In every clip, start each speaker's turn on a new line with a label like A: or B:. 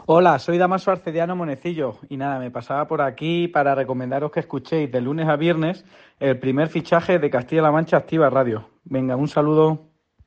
A: Hola, soy Damaso Arcediano Monecillo y nada, me pasaba por aquí para recomendaros que escuchéis de lunes a viernes el primer fichaje de Castilla-La Mancha Activa Radio. Venga, un saludo.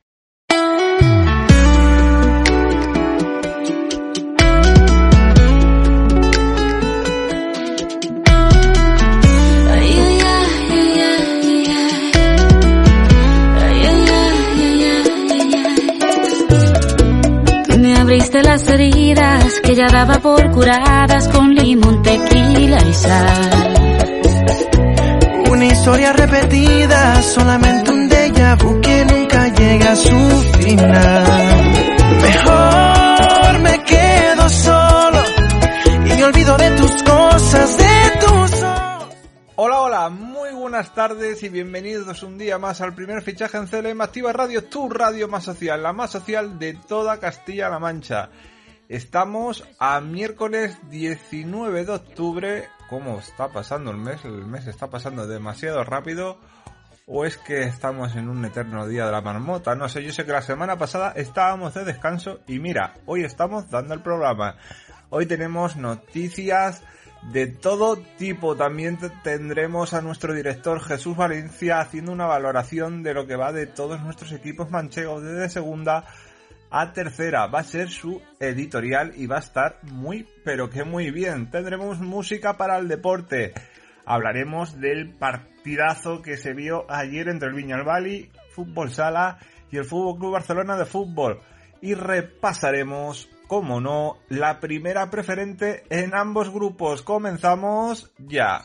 B: Abriste las heridas que ya daba por curadas con limón, tequila y sal.
C: Una historia repetida, solamente un déjà vu que nunca llega a su final. Mejor me quedo solo y me olvido de tus cosas, de tus ojos.
D: Hola, muy buenas tardes y bienvenidos un día más al primer fichaje en CLM Activa Radio, tu radio más social, la más social de toda Castilla-La Mancha. Estamos a miércoles 19 de octubre. ¿Cómo está pasando el mes? El mes está pasando demasiado rápido. ¿O es que estamos en un eterno día de la marmota? No sé, yo sé que la semana pasada estábamos de descanso y mira, hoy estamos dando el programa. Hoy tenemos noticias de todo tipo. También tendremos a nuestro director Jesús Valencia haciendo una valoración de lo que va de todos nuestros equipos manchegos desde segunda a tercera. Va a ser su editorial y va a estar muy, pero que muy bien. Tendremos música para el deporte. Hablaremos del partidazo que se vio ayer entre el Viñalbali Fútbol Sala y el Fútbol Club Barcelona de fútbol. Y repasaremos, como no, la primera preferente en ambos grupos. Comenzamos ya.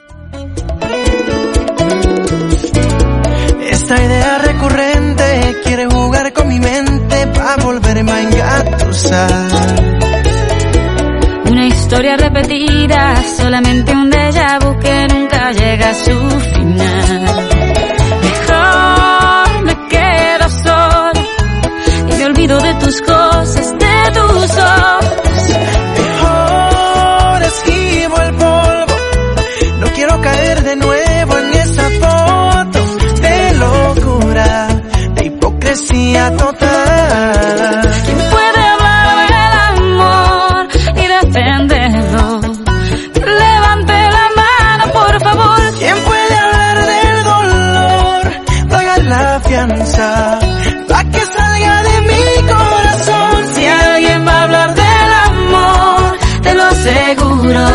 C: Esta idea recurrente quiere jugar con mi mente para volverme a engatusar.
B: Una historia repetida, solamente un déjà vu que nunca llega a su final. Mejor me quedo solo y me olvido de tus cosas, de tus ojos.
C: Mejor esquivo el polvo, no quiero caer de nuevo en esa foto de locura, de hipocresía total.
B: ¿Quién puede hablar del amor y defenderlo? Levante la mano, por favor.
C: ¿Quién puede hablar del dolor? Pagar la fianza pa' que salga de mi corazón.
B: Si alguien va a hablar del amor, te lo aseguro,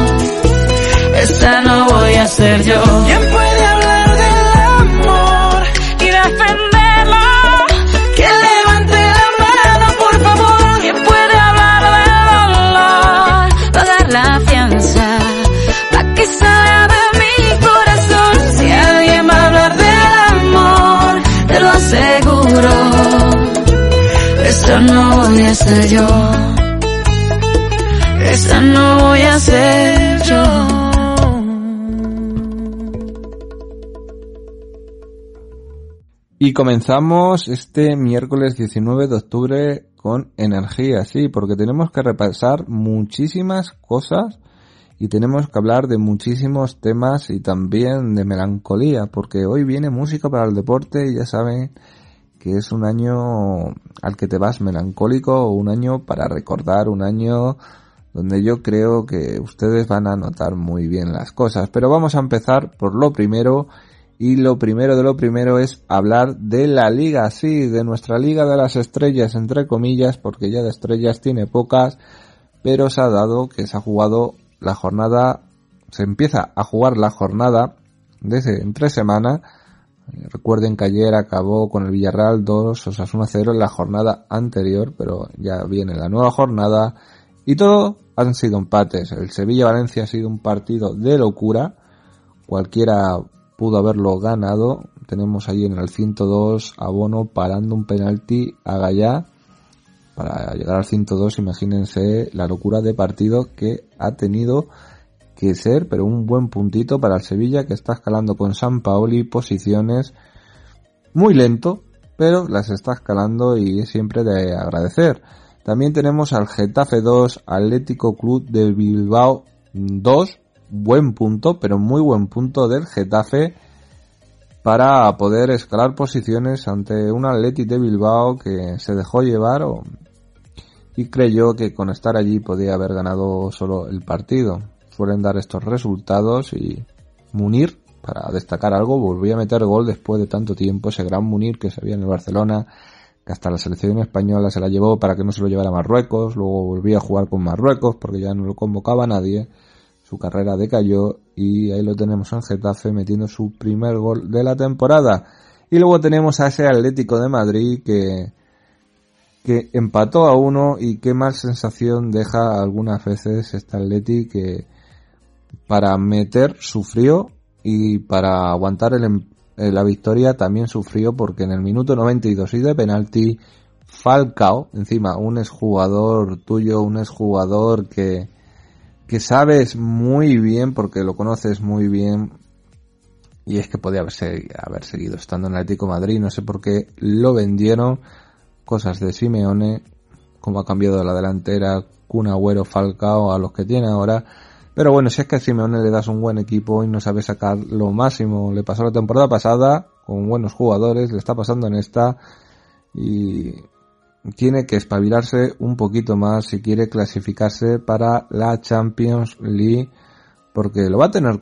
B: esa no voy a ser yo.
C: ¿Quién puede hablar del amor
B: Y defenderlo,
C: que levante la mano, por favor?
B: ¿quién puede hablar del dolor? Pagar la fianza pa' que salga de mi corazón. Si alguien va a hablar del amor, te lo aseguro, esa no voy a ser yo. Esa no voy a ser yo.
D: Y comenzamos este miércoles 19 de octubre con energía, sí, porque tenemos que repasar muchísimas cosas y tenemos que hablar de muchísimos temas y también de melancolía, porque hoy viene música para el deporte y ya saben que es un año al que te vas melancólico, un año para recordar, un año donde yo creo que ustedes van a notar muy bien las cosas. Pero vamos a empezar por lo primero. Y lo primero de lo primero es hablar de la liga, sí, de nuestra liga de las estrellas, entre comillas, porque ya de estrellas tiene pocas, pero se ha dado que se ha jugado la jornada, se empieza a jugar la jornada desde entre semana. Recuerden que ayer acabó con el Villarreal 2, Osasuna 0 en la jornada anterior, pero ya viene la nueva jornada y todo han sido empates. El Sevilla-Valencia ha sido un partido de locura, cualquiera pudo haberlo ganado. Tenemos ahí en el 102 a Bono parando un penalti a Gallá para llegar al 102. Imagínense la locura de partido que ha tenido que ser, pero un buen puntito para el Sevilla, que está escalando con Sampaoli posiciones muy lento, pero las está escalando y es siempre de agradecer. También tenemos al Getafe 2, Atlético Club de Bilbao 2, buen punto, pero muy buen punto del Getafe para poder escalar posiciones ante un Athletic de Bilbao que se dejó llevar y creyó que con estar allí podía haber ganado solo el partido. Suelen dar estos resultados y Munir, para destacar algo, volvió a meter gol después de tanto tiempo, ese gran Munir que se veía en el Barcelona, que hasta la selección española se la llevó para que no se lo llevara a Marruecos, luego volvió a jugar con Marruecos porque ya no lo convocaba nadie, su carrera decayó y ahí lo tenemos en Getafe metiendo su primer gol de la temporada. Y luego tenemos a ese Atlético de Madrid que empató a 1 y qué mal sensación deja algunas veces este Atleti, que para meter sufrió y para aguantar la victoria también sufrió, porque en el minuto 92 y de penalti Falcao, encima un exjugador tuyo, un exjugador que sabes muy bien porque lo conoces muy bien, y es que podía haber seguido estando en el Atlético de Madrid, no sé por qué lo vendieron, cosas de Simeone, como ha cambiado la delantera, Kun Agüero, Falcao a los que tiene ahora. Pero bueno, si es que a Simeone le das un buen equipo y no sabe sacar lo máximo, le pasó la temporada pasada con buenos jugadores, le está pasando en esta, y tiene que espabilarse un poquito más si quiere clasificarse para la Champions League, porque lo va a tener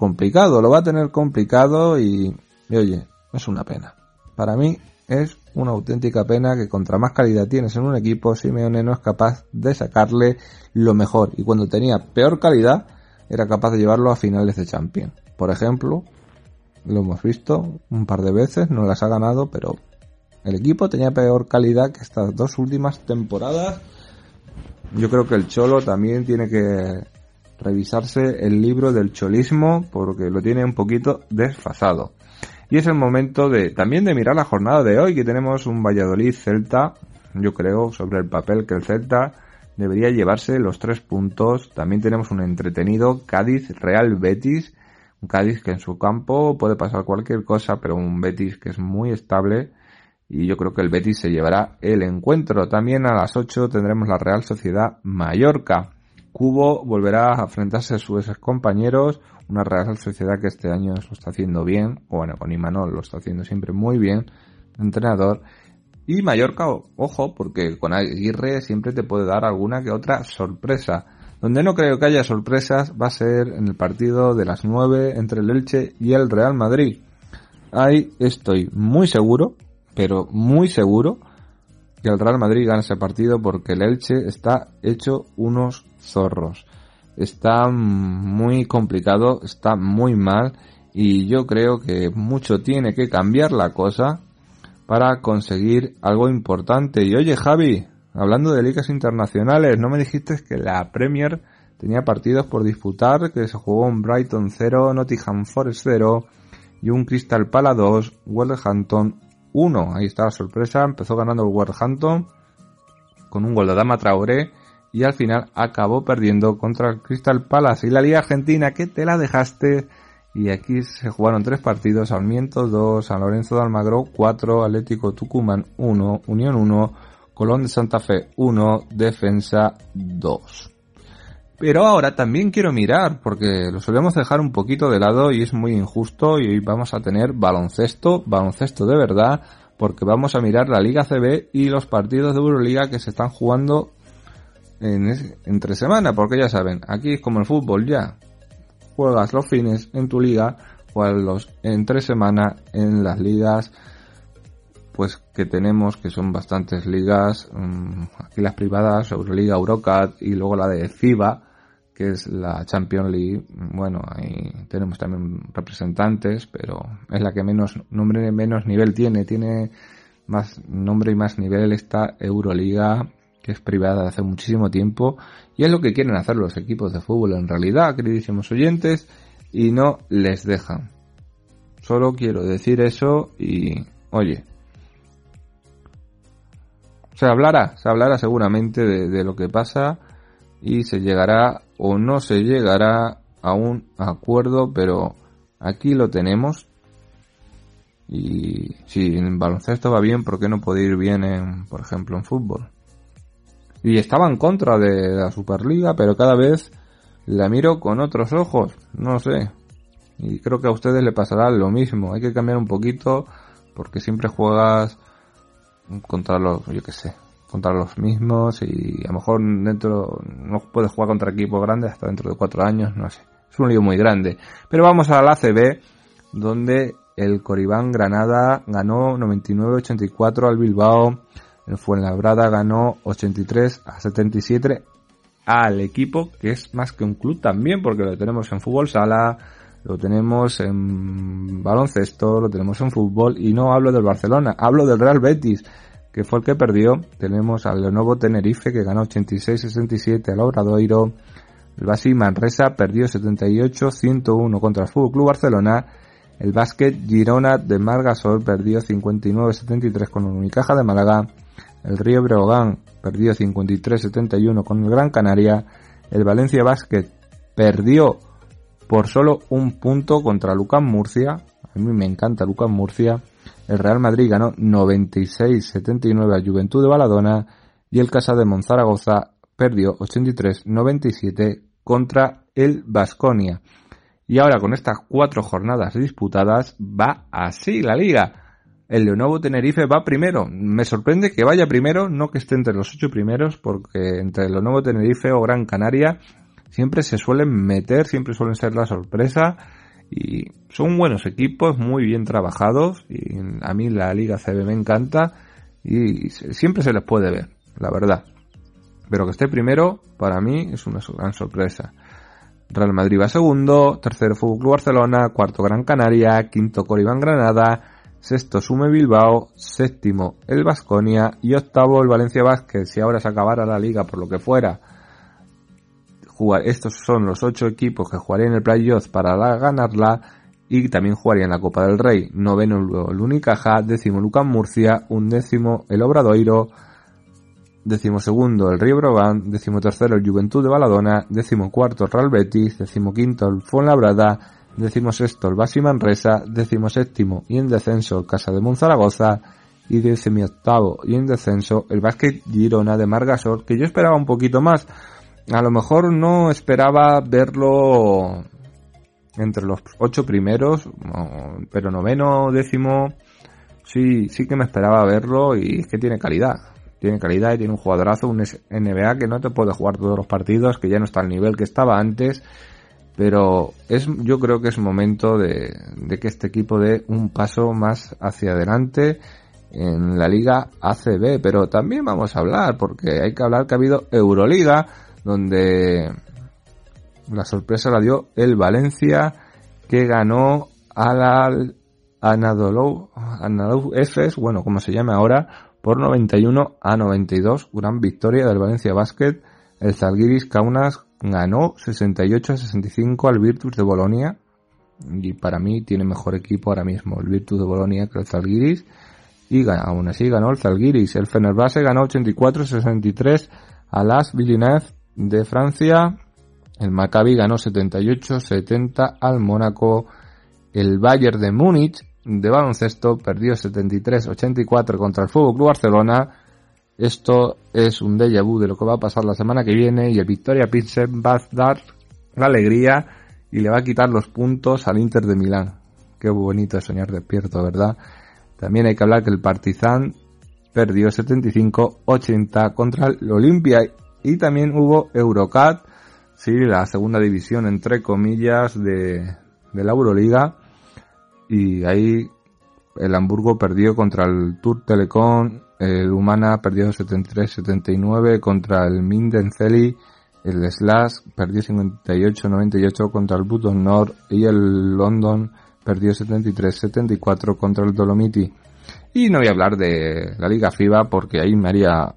D: complicado y oye, es una pena. Para mí es una auténtica pena que contra más calidad tienes en un equipo, Simeone no es capaz de sacarle lo mejor, y cuando tenía peor calidad era capaz de llevarlo a finales de Champions. Por ejemplo, lo hemos visto un par de veces, no las ha ganado, pero el equipo tenía peor calidad que estas dos últimas temporadas. Yo creo que el Cholo también tiene que revisarse el libro del cholismo, porque lo tiene un poquito desfasado. Y es el momento también de mirar la jornada de hoy, que tenemos un Valladolid-Celta. Yo creo sobre el papel que el Celta debería llevarse los 3 puntos. También tenemos un entretenido Cádiz-Real Betis. Un Cádiz que en su campo puede pasar cualquier cosa, pero un Betis que es muy estable. Y yo creo que el Betis se llevará el encuentro. También a las 8 tendremos la Real Sociedad Mallorca. Cubo volverá a enfrentarse a sus compañeros. Una Real Sociedad que este año lo está haciendo bien. Bueno, con Imanol lo está haciendo siempre muy bien, entrenador. Y Mallorca, ojo, porque con Aguirre siempre te puede dar alguna que otra sorpresa. Donde no creo que haya sorpresas va a ser en el partido de las 9 entre el Elche y el Real Madrid. Ahí estoy muy seguro, pero muy seguro, que el Real Madrid gana ese partido, porque el Elche está hecho unos zorros. Está muy complicado, está muy mal, y yo creo que mucho tiene que cambiar la cosa para conseguir algo importante. Y oye, Javi, hablando de ligas internacionales, ¿no me dijiste que la Premier tenía partidos por disputar? Que se jugó un Brighton 0, Nottingham Forest 0 y un Crystal Palace 2, Wolverhampton 1. Ahí está la sorpresa, empezó ganando el Wolverhampton con un gol de Adama Traoré y al final acabó perdiendo contra el Crystal Palace. Y la Liga Argentina, que te la dejaste. Y aquí se jugaron 3 partidos: Sarmiento 2, San Lorenzo de Almagro 4, Atlético Tucumán 1, Unión 1, Colón de Santa Fe 1, Defensa 2. Pero ahora también quiero mirar, porque lo solemos dejar un poquito de lado y es muy injusto, y hoy vamos a tener baloncesto de verdad, porque vamos a mirar la Liga CB y los partidos de Euroliga que se están jugando entre semana, porque ya saben, aquí es como el fútbol ya. Juegas los fines en tu liga, juegas los entre semana en las ligas, pues que tenemos, que son bastantes ligas, aquí las privadas, Euroliga, Eurocup y luego la de FIBA, que es la Champions League. Bueno, ahí tenemos también representantes, pero es la que menos nombre y menos nivel tiene más nombre y más nivel esta Euroliga, que es privada de hace muchísimo tiempo, y es lo que quieren hacer los equipos de fútbol en realidad, queridísimos oyentes, y no les dejan. Solo quiero decir eso y, oye, se hablará seguramente de lo que pasa, y se llegará o no se llegará a un acuerdo, pero aquí lo tenemos. Y si en baloncesto va bien, ¿por qué no puede ir bien por ejemplo, en fútbol? Y estaba en contra de la Superliga, pero cada vez la miro con otros ojos, no sé. Y creo que a ustedes le pasará lo mismo. Hay que cambiar un poquito, porque siempre juegas contra los, yo qué sé, contra los mismos y a lo mejor dentro no puedes jugar contra equipos grandes hasta dentro de 4 años, no sé. Es un lío muy grande. Pero vamos a la ACB, donde el Coribán Granada ganó 99-84 al Bilbao. El Fuenlabrada ganó 83-77 al equipo que es más que un club también, porque lo tenemos en fútbol sala, lo tenemos en baloncesto, lo tenemos en fútbol, y no hablo del Barcelona, hablo del Real Betis, que fue el que perdió. Tenemos al Lenovo Tenerife, que ganó 86-67 al Obradoiro. El Baxi Manresa perdió 78-101 contra el FC Barcelona. El Básquet Girona de Margasol perdió 59-73 con el Unicaja de Málaga. El Río Breogán perdió 53-71 con el Gran Canaria. El Valencia Basket perdió por solo un punto contra Lucas Murcia. A mí me encanta Lucas Murcia. El Real Madrid ganó 96-79 a Juventud de Badalona. Y el Casa de Monzaragoza perdió 83-97 contra el Baskonia. Y ahora, con estas 4 jornadas disputadas, va así la liga. El Lenovo Tenerife va primero. Me sorprende que vaya primero, no que esté entre los 8 primeros, porque entre el Lenovo Tenerife o Gran Canaria siempre se suelen meter, siempre suelen ser la sorpresa. Y son buenos equipos, muy bien trabajados. Y a mí la Liga CB me encanta y siempre se les puede ver, la verdad. Pero que esté primero, para mí, es una gran sorpresa. Real Madrid va segundo, tercero FC Barcelona, cuarto Gran Canaria, quinto Coribán Granada, sexto Sume Bilbao, séptimo el Baskonia y octavo el Valencia Basket. Si ahora se acabara la liga por lo que fuera, estos son los 8 equipos que jugarían el playoff para ganarla y también jugarían la Copa del Rey. Noveno el Unicaja, décimo Lucas Murcia, undécimo el Obradoiro, 12º el Río Breogán, 13º el Juventud de Badalona, 14º el Real Betis, 15º el Fuenlabrada, 16º el Baxi Manresa, 17º y en descenso el Casa de Monzaragoza y 18º y en descenso el Básquet Girona de Margasol, que yo esperaba un poquito más. A lo mejor no esperaba verlo entre los 8 primeros, pero noveno, décimo, sí que me esperaba verlo, y es que tiene calidad. Tiene calidad y tiene un jugadorazo, un NBA que no te puede jugar todos los partidos, que ya no está al nivel que estaba antes, pero yo creo que es momento de que este equipo dé un paso más hacia adelante en la Liga ACB. Pero también vamos a hablar, porque hay que hablar que ha habido Euroliga, donde la sorpresa la dio el Valencia, que ganó al Anadolu Efes, bueno, como se llama ahora, por 91-92, gran victoria del Valencia Basket. El Zalgiris Kaunas ganó 68-65 al Virtus de Bolonia, y para mí tiene mejor equipo ahora mismo el Virtus de Bolonia que el Zalgiris, y aún así ganó el Zalgiris. El Fenerbahce ganó 84-63 al AS Villeneuve de Francia. El Maccabi ganó 78-70 al Mónaco. El Bayern de Múnich de baloncesto perdió 73-84 contra el FC Barcelona. Esto es un déjà vu de lo que va a pasar la semana que viene, y el Victoria Pilsen va a dar la alegría y le va a quitar los puntos al Inter de Milán. Qué bonito es soñar despierto, ¿verdad? También hay que hablar que el Partizan perdió 75-80 contra el Olimpia, y también hubo Eurocup, sí, la segunda división entre comillas de la Euroliga. Y ahí el Hamburgo perdió contra el Tour Telecom, el Humana perdió 73-79 contra el Mindenceli, el Slash perdió 58-98 contra el Button Nord, y el London perdió 73-74 contra el Dolomiti. Y no voy a hablar de la Liga FIBA, porque ahí me haría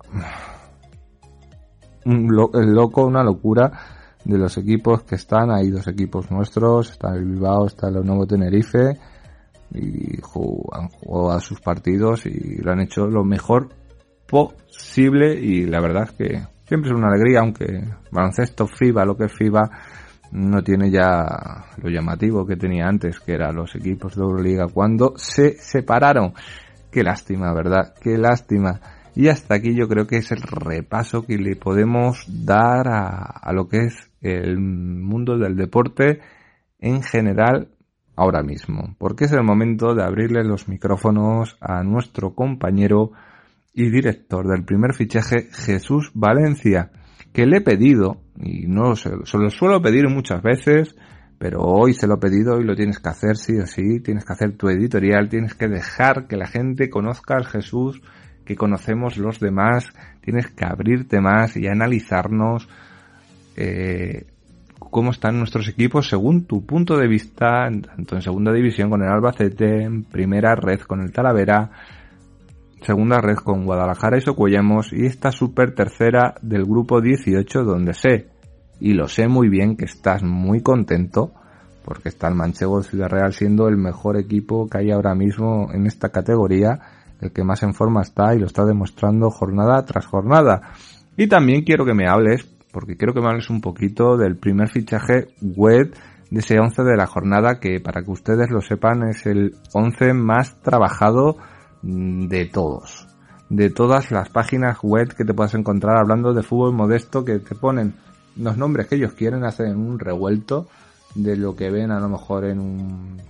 D: una locura de los equipos que están. Hay 2 equipos nuestros, está el Bilbao, está el Lenovo Tenerife, y han jugado a sus partidos y lo han hecho lo mejor posible, y la verdad es que siempre es una alegría, aunque baloncesto FIBA, lo que es FIBA, no tiene ya lo llamativo que tenía antes, que eran los equipos de Euroliga cuando se separaron. Qué lástima, ¿verdad? Qué lástima. Y hasta aquí yo creo que es el repaso que le podemos dar a lo que es el mundo del deporte en general ahora mismo, porque es el momento de abrirle los micrófonos a nuestro compañero y director del primer fichaje, Jesús Valencia, que le he pedido, y no se lo suelo pedir muchas veces, pero hoy se lo he pedido y lo tienes que hacer sí o sí, tienes que hacer tu editorial, tienes que dejar que la gente conozca al Jesús que conocemos los demás, tienes que abrirte más y analizarnos cómo están nuestros equipos según tu punto de vista, tanto en segunda división con el Albacete, en primera red con el Talavera, segunda red con Guadalajara y Socuellamos, y esta super tercera del grupo 18, donde sé, y lo sé muy bien, que estás muy contento, porque está el Manchego Ciudad Real siendo el mejor equipo que hay ahora mismo en esta categoría, el que más en forma está y lo está demostrando jornada tras jornada. Y también quiero que me hables, porque quiero que me hables un poquito del primer fichaje web de ese 11 de la jornada, que para que ustedes lo sepan es el 11 más trabajado de todos, de todas las páginas web que te puedas encontrar hablando de fútbol modesto, que te ponen los nombres que ellos quieren, hacen un revuelto de lo que ven a lo mejor en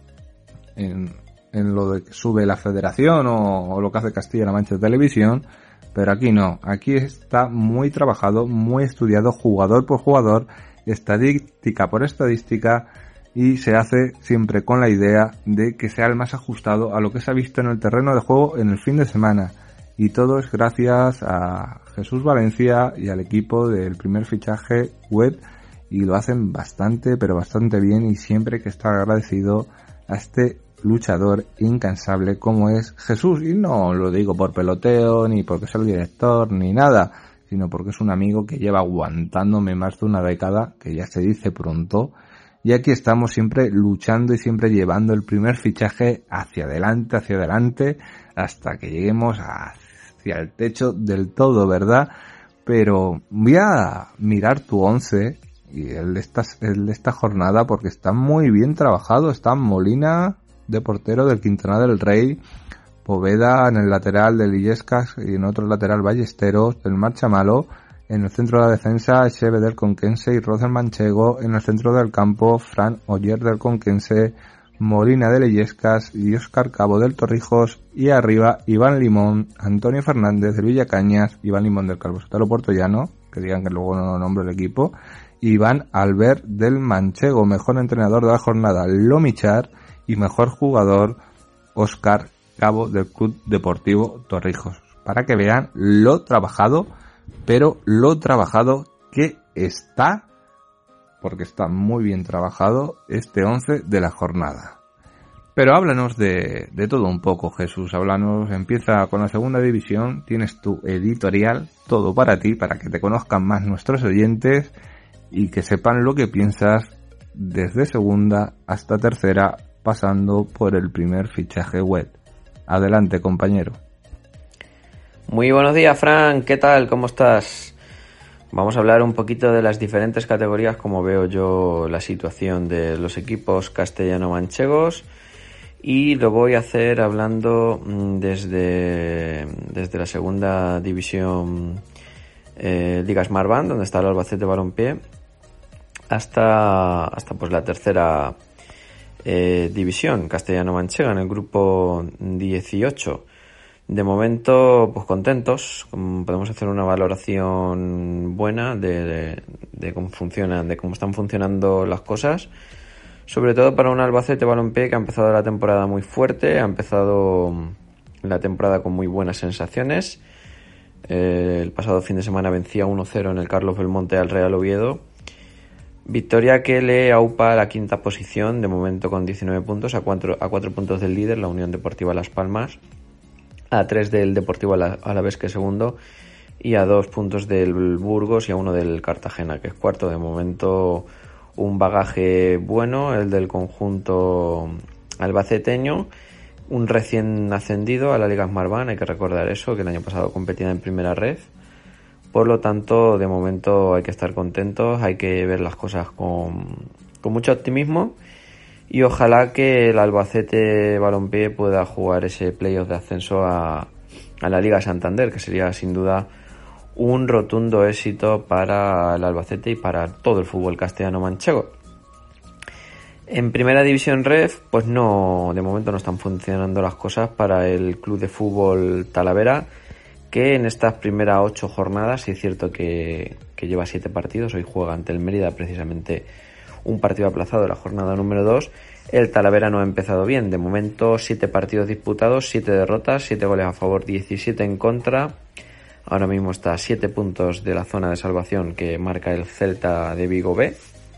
D: lo de que sube la federación o lo que hace Castilla-La Mancha Televisión, pero aquí no, aquí está muy trabajado, muy estudiado, jugador por jugador, estadística por estadística, y se hace siempre con la idea de que sea el más ajustado a lo que se ha visto en el terreno de juego en el fin de semana. Y todo es gracias a Jesús Valencia y al equipo del primer fichaje web, y lo hacen bastante, pero bastante bien, y siempre que está agradecido a este luchador incansable como es Jesús. Y no lo digo por peloteo, ni porque sea el director, ni nada, sino porque es un amigo que lleva aguantándome más de una década, que ya se dice pronto, y aquí estamos siempre luchando y siempre llevando el primer fichaje hacia adelante, hasta que lleguemos hacia el techo del todo, ¿verdad? Pero voy a mirar tu 11 y el de esta jornada, porque está muy bien trabajado. Está Molina de portero del Quintana del Rey, Poveda en el lateral del Illescas y en otro lateral Ballesteros del Marchamalo, en el centro de la defensa Echeve del Conquense y Roz del Manchego, en el centro del campo Fran Oyer del Conquense, Molina del Illescas y Óscar Cabo del Torrijos, y arriba Iván Limón, Antonio Fernández del Villacañas, Iván Limón del Calvo Sotelo Portollano, que digan que luego no nombro el equipo, Iván Albert del Manchego, mejor entrenador de la jornada Lomichar, y mejor jugador Óscar Cabo del Club Deportivo Torrijos, para que vean lo trabajado, pero lo trabajado que está, porque está muy bien trabajado este 11 de la jornada. Pero háblanos de todo un poco, Jesús, háblanos, empieza con la segunda división, tienes tu editorial, todo para ti, para que te conozcan más nuestros oyentes y que sepan lo que piensas desde segunda hasta tercera, pasando por el primer fichaje web. Adelante, compañero.
E: Muy buenos días, Fran, ¿qué tal? ¿Cómo estás? Vamos a hablar un poquito de las diferentes categorías, como veo yo la situación de los equipos castellano-manchegos, y lo voy a hacer hablando desde la segunda división Liga Smartbank, donde está el Albacete Balompié, hasta pues la tercera división castellano-manchega, en el grupo 18. De momento, pues contentos, podemos hacer una valoración buena de cómo funcionan, de cómo están funcionando las cosas, sobre todo para un Albacete Balompié que ha empezado la temporada muy fuerte, ha empezado la temporada con muy buenas sensaciones. El pasado fin de semana vencía 1-0 en el Carlos Belmonte al Real Oviedo. Victoria que le aupa a la quinta posición, de momento con 19 puntos, a 4 puntos del líder, la Unión Deportiva Las Palmas, a 3 del Deportivo Alavés, que es segundo, y a 2 puntos del Burgos y a 1 del Cartagena, que es cuarto. De momento un bagaje bueno, el del conjunto albaceteño, un recién ascendido a la Liga Smartbank, hay que recordar eso, que el año pasado competía en primera red. Por lo tanto, de momento hay que estar contentos, hay que ver las cosas con mucho optimismo, y ojalá que el Albacete Balompié pueda jugar ese playoff de ascenso a la Liga Santander, que sería sin duda un rotundo éxito para el Albacete y para todo el fútbol castellano-manchego. En primera división Ref, pues no, de momento no están funcionando las cosas para el Club de Fútbol Talavera, que en estas primeras 8 jornadas, sí es cierto que lleva 7 partidos, hoy juega ante el Mérida precisamente un partido aplazado de la jornada número 2, el Talavera no ha empezado bien. De momento 7 partidos disputados, 7 derrotas, 7 goles a favor, 17 en contra. Ahora mismo está a 7 puntos de la zona de salvación que marca el Celta de Vigo B.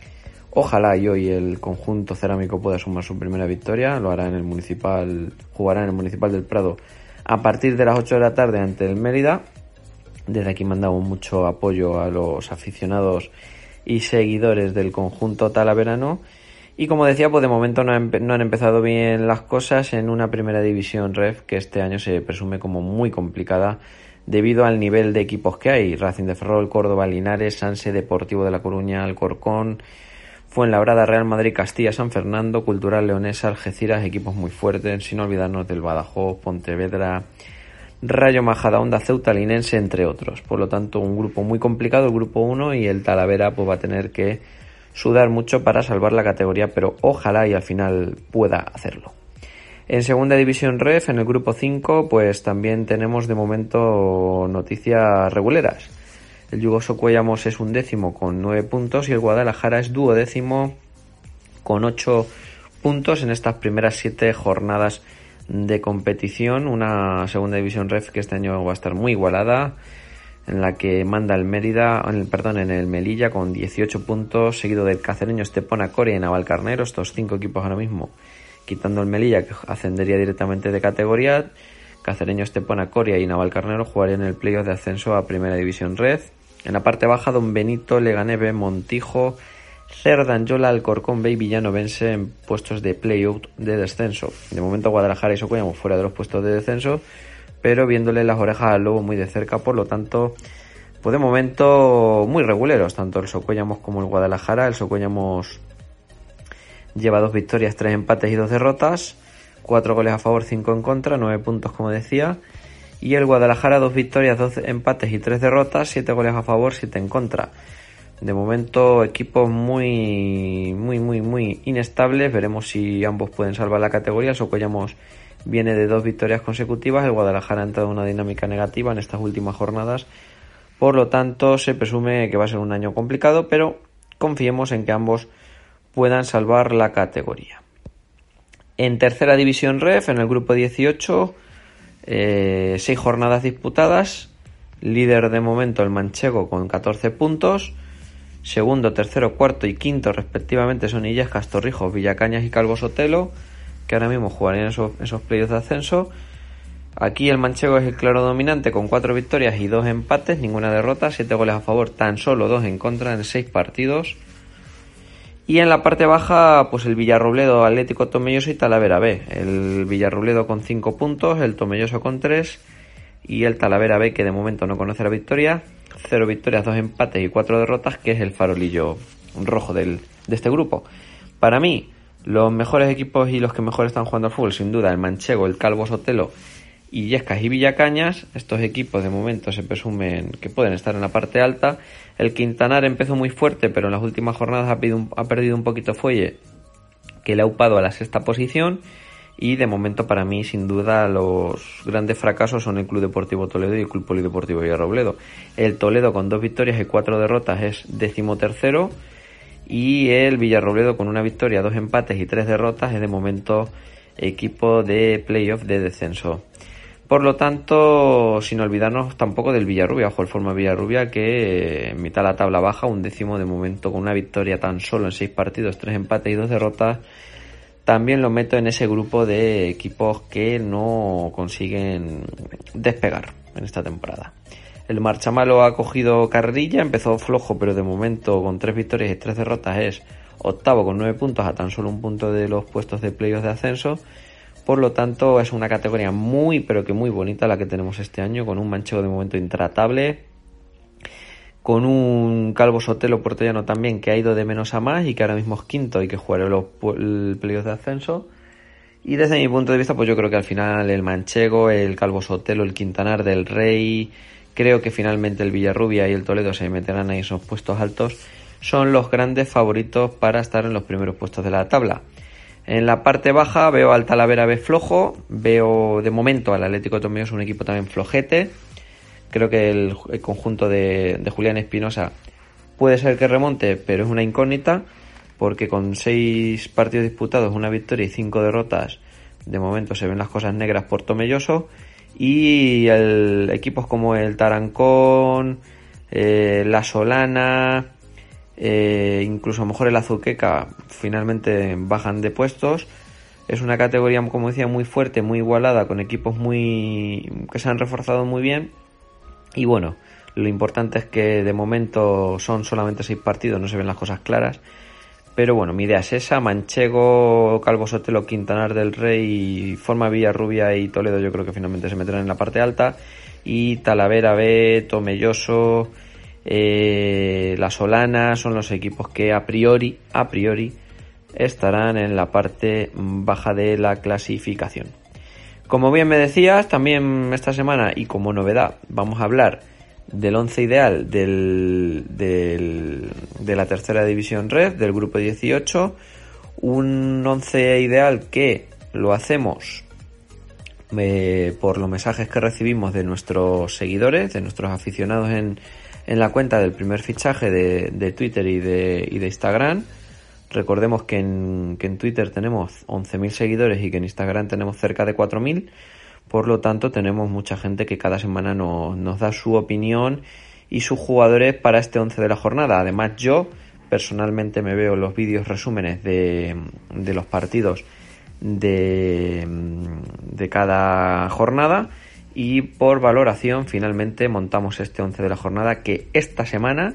E: Ojalá y hoy el conjunto cerámico pueda sumar su primera victoria. Lo hará en el Municipal, jugará en el Municipal del Prado a partir de las 8 de la tarde ante el Mérida. Desde aquí mandamos mucho apoyo a los aficionados y seguidores del conjunto talaverano. Y como decía, pues de momento no han empezado bien las cosas en una primera división REF que este año se presume como muy complicada debido al nivel de equipos que hay. Racing de Ferrol, Córdoba, Linares, Sanse, Deportivo de La Coruña, Alcorcón, Fuenlabrada, Real Madrid, Castilla, San Fernando, Cultural Leonesa, Algeciras, equipos muy fuertes, sin olvidarnos del Badajoz, Pontevedra, Rayo Majadahonda, Ceuta, Linense, entre otros. Por lo tanto, un grupo muy complicado, el grupo 1, y el Talavera pues va a tener que sudar mucho para salvar la categoría, pero ojalá y al final pueda hacerlo. En segunda división REF, en el grupo 5, pues también tenemos de momento noticias reguleras. El Yugoso Cuellamos es 11º con 9 puntos y el Guadalajara es 12º con 8 puntos en estas primeras 7 jornadas de competición. Una segunda división REF que este año va a estar muy igualada, en la que manda el Mérida, en el Melilla con 18 puntos, seguido del cacereño Estepona, Coria y Navalcarnero. Estos 5 equipos ahora mismo, quitando el Melilla, que ascendería directamente de categoría. Cacereño, Estepona, Coria y Navalcarnero jugarían el playoff de ascenso a Primera División REF. En la parte baja, Don Benito, Leganés B, Montijo, Cerdanyola, Alcorcón B y Villanovense en puestos de playoff de descenso. De momento Guadalajara y Socuellamos fuera de los puestos de descenso, pero viéndole las orejas al lobo muy de cerca. Por lo tanto, pues de momento muy reguleros, tanto el Socuellamos como el Guadalajara. El Socuellamos lleva 2 victorias, 3 empates y 2 derrotas, 4 goles a favor, 5 en contra, 9 puntos como decía. Y el Guadalajara 2 victorias, 2 empates y 3 derrotas, 7 goles a favor, 7 en contra. De momento equipos muy inestables. Veremos si ambos pueden salvar la categoría. El Socuellamos viene de 2 victorias consecutivas. El Guadalajara ha entrado en una dinámica negativa en estas últimas jornadas. Por lo tanto, se presume que va a ser un año complicado, pero confiemos en que ambos puedan salvar la categoría. En tercera división REF, en el grupo 18, 6 jornadas disputadas. Líder de momento el Manchego con 14 puntos. Segundo, tercero, cuarto y quinto respectivamente son Illescas, Torrijos, Villacañas y Calvo Sotelo, que ahora mismo jugarían esos playoffs de ascenso. Aquí el Manchego es el claro dominante con 4 victorias y 2 empates, ninguna derrota, 7 goles a favor, tan solo 2 en contra en 6 partidos. Y en la parte baja, pues el Villarrobledo, Atlético Tomelloso y Talavera B. El Villarrobledo con 5 puntos, el Tomelloso con 3 y el Talavera B, que de momento no conoce la victoria. 0 victorias, 2 empates y 4 derrotas, que es el farolillo rojo de este grupo. Para mí, los mejores equipos y los que mejor están jugando al fútbol, sin duda, el Manchego, el Calvo Sotelo, Illescas y Villacañas. Estos equipos de momento se presumen que pueden estar en la parte alta. El Quintanar empezó muy fuerte, pero en las últimas jornadas ha perdido un poquito fuelle, que le ha upado a la 6ª posición. Y de momento, para mí, sin duda, los grandes fracasos son el Club Deportivo Toledo y el Club Polideportivo Villarrobledo. El Toledo, con 2 victorias y 4 derrotas, es 13º. Y el Villarrobledo, con 1 victoria, 2 empates y 3 derrotas, es de momento equipo de playoff de descenso. Por lo tanto, sin olvidarnos tampoco del Villarrubia. Ojo, el Forma Villarrubia, que en mitad de la tabla baja, 11º de momento, con 1 victoria tan solo en 6 partidos, 3 empates y 2 derrotas. También lo meto en ese grupo de equipos que no consiguen despegar en esta temporada. El Marchamalo ha cogido carrerilla, empezó flojo, pero de momento con 3 victorias y 3 derrotas es 8º con 9 puntos, a tan solo 1 punto de los puestos de playoffs de ascenso. Por lo tanto, es una categoría muy, pero que muy bonita la que tenemos este año, con un Manchego de momento intratable, con un Calvo Sotelo portellano también que ha ido de menos a más y que ahora mismo es 5º y que jugará el playoff de ascenso. Y desde mi punto de vista, pues yo creo que al final el Manchego, el Calvo Sotelo, el Quintanar del Rey, creo que finalmente el Villarrubia y el Toledo se meterán ahí en esos puestos altos, son los grandes favoritos para estar en los primeros puestos de la tabla. En la parte baja veo al Talavera B flojo, veo de momento al Atlético Tomelloso un equipo también flojete, Creo que el conjunto de Julián Espinosa puede ser que remonte, pero es una incógnita, porque con 6 partidos disputados, 1 victoria y 5 derrotas, de momento se ven las cosas negras por Tomelloso. Y equipos como el Tarancón, la Solana, incluso a lo mejor el Azuqueca, finalmente bajan de puestos. Es una categoría, como decía, muy fuerte, muy igualada, con equipos que se han reforzado muy bien. Y bueno, lo importante es que de momento son solamente 6 partidos, no se ven las cosas claras. Pero bueno, mi idea es esa: Manchego, Calvo Sotelo, Quintanar del Rey, Forma Villarrubia y Toledo, yo creo que finalmente se meterán en la parte alta. Y Talavera B, Tomelloso, la Solana son los equipos que a priori estarán en la parte baja de la clasificación. Como bien me decías, también esta semana, y como novedad, vamos a hablar del 11 ideal de la tercera división red, del grupo 18. Un 11 ideal que lo hacemos por los mensajes que recibimos de nuestros seguidores, de nuestros aficionados en la cuenta del primer fichaje de Twitter y de Instagram. Recordemos que en Twitter tenemos 11.000 seguidores y que en Instagram tenemos cerca de 4.000. Por lo tanto, tenemos mucha gente que cada semana nos da su opinión y sus jugadores para este 11 de la jornada. Además, yo personalmente me veo los vídeos resúmenes de los partidos de cada jornada, y por valoración finalmente montamos este 11 de la jornada, que esta semana,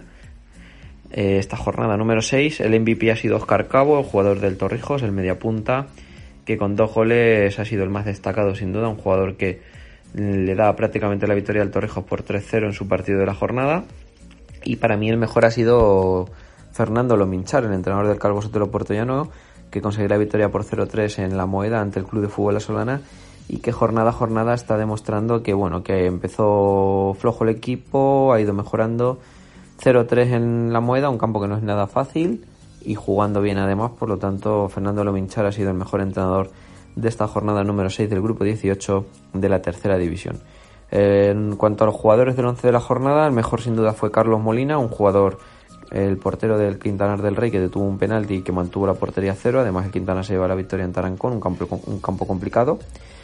E: esta jornada número 6, el MVP ha sido Óscar Cabo, el jugador del Torrijos, el mediapunta, que con 2 goles ha sido el más destacado sin duda, un jugador que le da prácticamente la victoria al Torrijos por 3-0 en su partido de la jornada. Y para mí el mejor ha sido Fernando Lominchar, el entrenador del Calvo Sotelo Puertollano, que consiguió la victoria por 0-3 en La Moeda ante el Club de Fútbol La Solana, y que jornada a jornada está demostrando que que empezó flojo el equipo, ha ido mejorando. 0-3 en La Moeda, un campo que no es nada fácil, y jugando bien además. Por lo tanto, Fernando Lominchar ha sido el mejor entrenador de esta jornada número 6 del grupo 18 de la tercera división. En cuanto a los jugadores del 11 de la jornada, el mejor sin duda fue Carlos Molina, un jugador, el portero del Quintanar del Rey, que detuvo un penalti y que mantuvo la portería a 0. Además, el Quintanar se lleva la victoria en Tarancón, un campo complicado.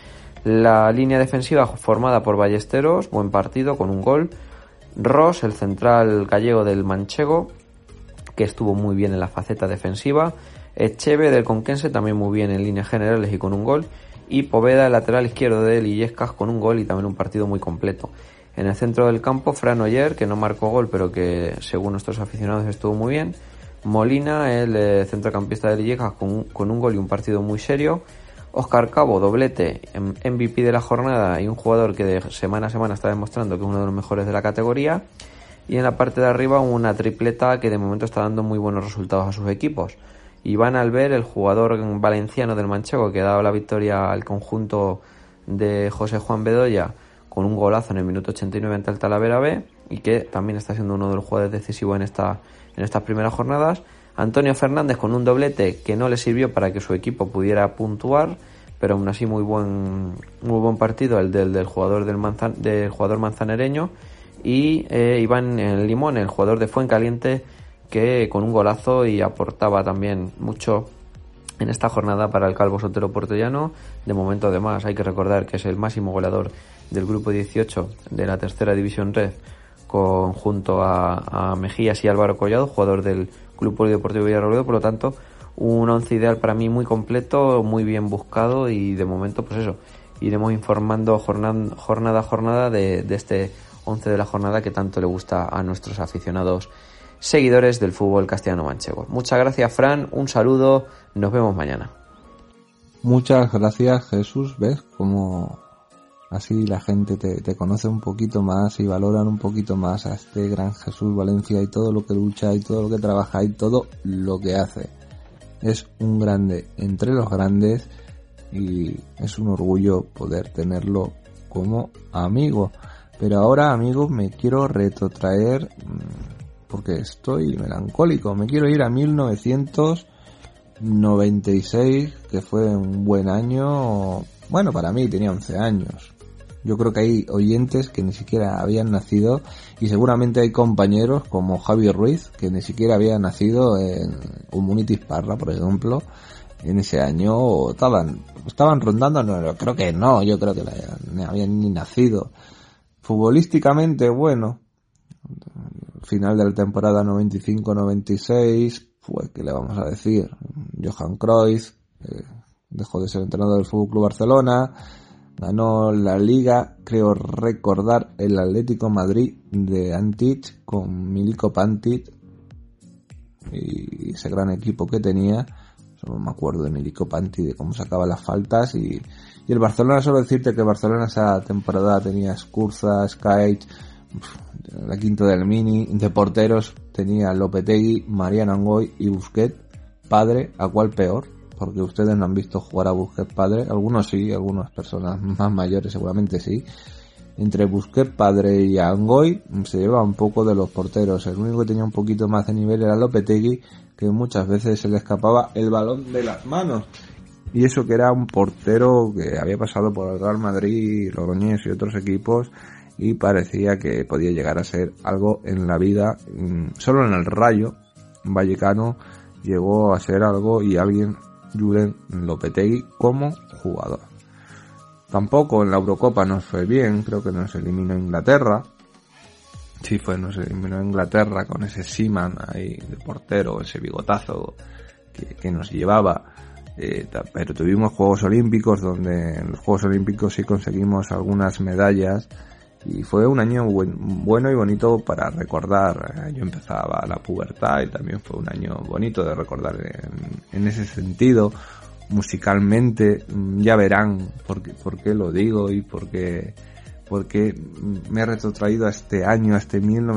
E: La línea defensiva formada por Ballesteros, buen partido con un gol. Ross, el central gallego del Manchego, que estuvo muy bien en la faceta defensiva. Echeve del Conquense, también muy bien en líneas generales y con un gol. Y Poveda, el lateral izquierdo de Illescas, con un gol y también un partido muy completo. En el centro del campo, Fran Oyer, que no marcó gol, pero que según nuestros aficionados estuvo muy bien. Molina, el centrocampista de Illescas, con un gol y un partido muy serio. Óscar Cabo, doblete, MVP de la jornada, y un jugador que de semana a semana está demostrando que es uno de los mejores de la categoría. Y en la parte de arriba, una tripleta que de momento está dando muy buenos resultados a sus equipos. Iván Alber, el jugador valenciano del Manchego, que ha dado la victoria al conjunto de José Juan Bedoya con un golazo en el minuto 89 ante el Talavera B, y que también está siendo uno de los jugadores decisivos en estas primeras jornadas. Antonio Fernández con un doblete que no le sirvió para que su equipo pudiera puntuar, pero aún así muy buen partido el del jugador del jugador manzanereño. Y Iván Limón, el jugador de Fuencaliente, que con un golazo y aportaba también mucho en esta jornada para el Calvo Sotelo Puertollano. De momento, además, hay que recordar que es el máximo goleador del grupo 18 de la tercera división red, junto a Mejías y Álvaro Collado, jugador del Club Polideportivo Villarrobledo. Por lo tanto, un 11 ideal para mí muy completo, muy bien buscado, y de momento, pues eso, iremos informando jornada a jornada de este 11 de la jornada que tanto le gusta a nuestros aficionados seguidores del fútbol castellano-manchego. Muchas gracias, Fran, un saludo, nos vemos mañana.
D: Muchas gracias, Jesús. ¿Ves cómo así la gente te conoce un poquito más y valoran un poquito más a este gran Jesús Valencia y todo lo que lucha y todo lo que trabaja y todo lo que hace? Es un grande entre los grandes y es un orgullo poder tenerlo como amigo. Pero ahora, amigos, me quiero retrotraer porque estoy melancólico. Me quiero ir a 1996, que fue un buen año. Bueno, para mí tenía 11 años. Yo creo que hay oyentes que ni siquiera habían nacido, y seguramente hay compañeros como Javi Ruiz que ni siquiera habían nacido en Humanities Parra, por ejemplo, en ese año, o estaban rondando, no, creo que no, yo creo que no habían ni nacido. Futbolísticamente, bueno, final de la temporada 95-96, pues ¿qué le vamos a decir? Johan Cruyff dejó de ser entrenador del FC Barcelona, ganó la Liga, creo recordar, el Atlético Madrid de Antich con Miliko Pantic y ese gran equipo que tenía. Solo me acuerdo de Miliko Pantic, de cómo sacaba las faltas, y el Barcelona, solo decirte que Barcelona esa temporada tenía Skurza, Skaich, la quinta del Mini, de porteros tenía Lopetegui, Mariano Angoy y Busquets padre. ¿A cuál peor? Porque ustedes no han visto jugar a Busquets padre, algunos sí, algunas personas más mayores seguramente sí. Entre Busquets padre y Angoy se lleva un poco de los porteros. El único que tenía un poquito más de nivel era Lopetegui, que muchas veces se le escapaba el balón de las manos. Y eso que era un portero que había pasado por el Real Madrid, Logroñés y otros equipos, y parecía que podía llegar a ser algo en la vida. Solo en el Rayo Vallecano llegó a ser algo y alguien, Julen Lopetegui, como jugador. Tampoco en la Eurocopa nos fue bien, creo que nos eliminó Inglaterra. Sí nos eliminó Inglaterra con ese Seaman ahí de portero, ese bigotazo que nos llevaba. Pero tuvimos Juegos Olímpicos, donde en los Juegos Olímpicos sí conseguimos algunas medallas, y fue un año bueno y bonito para recordar. Yo empezaba la pubertad y también fue un año bonito de recordar en ese sentido. Musicalmente, ya verán por qué lo digo y porque me he retrotraído a este año, a este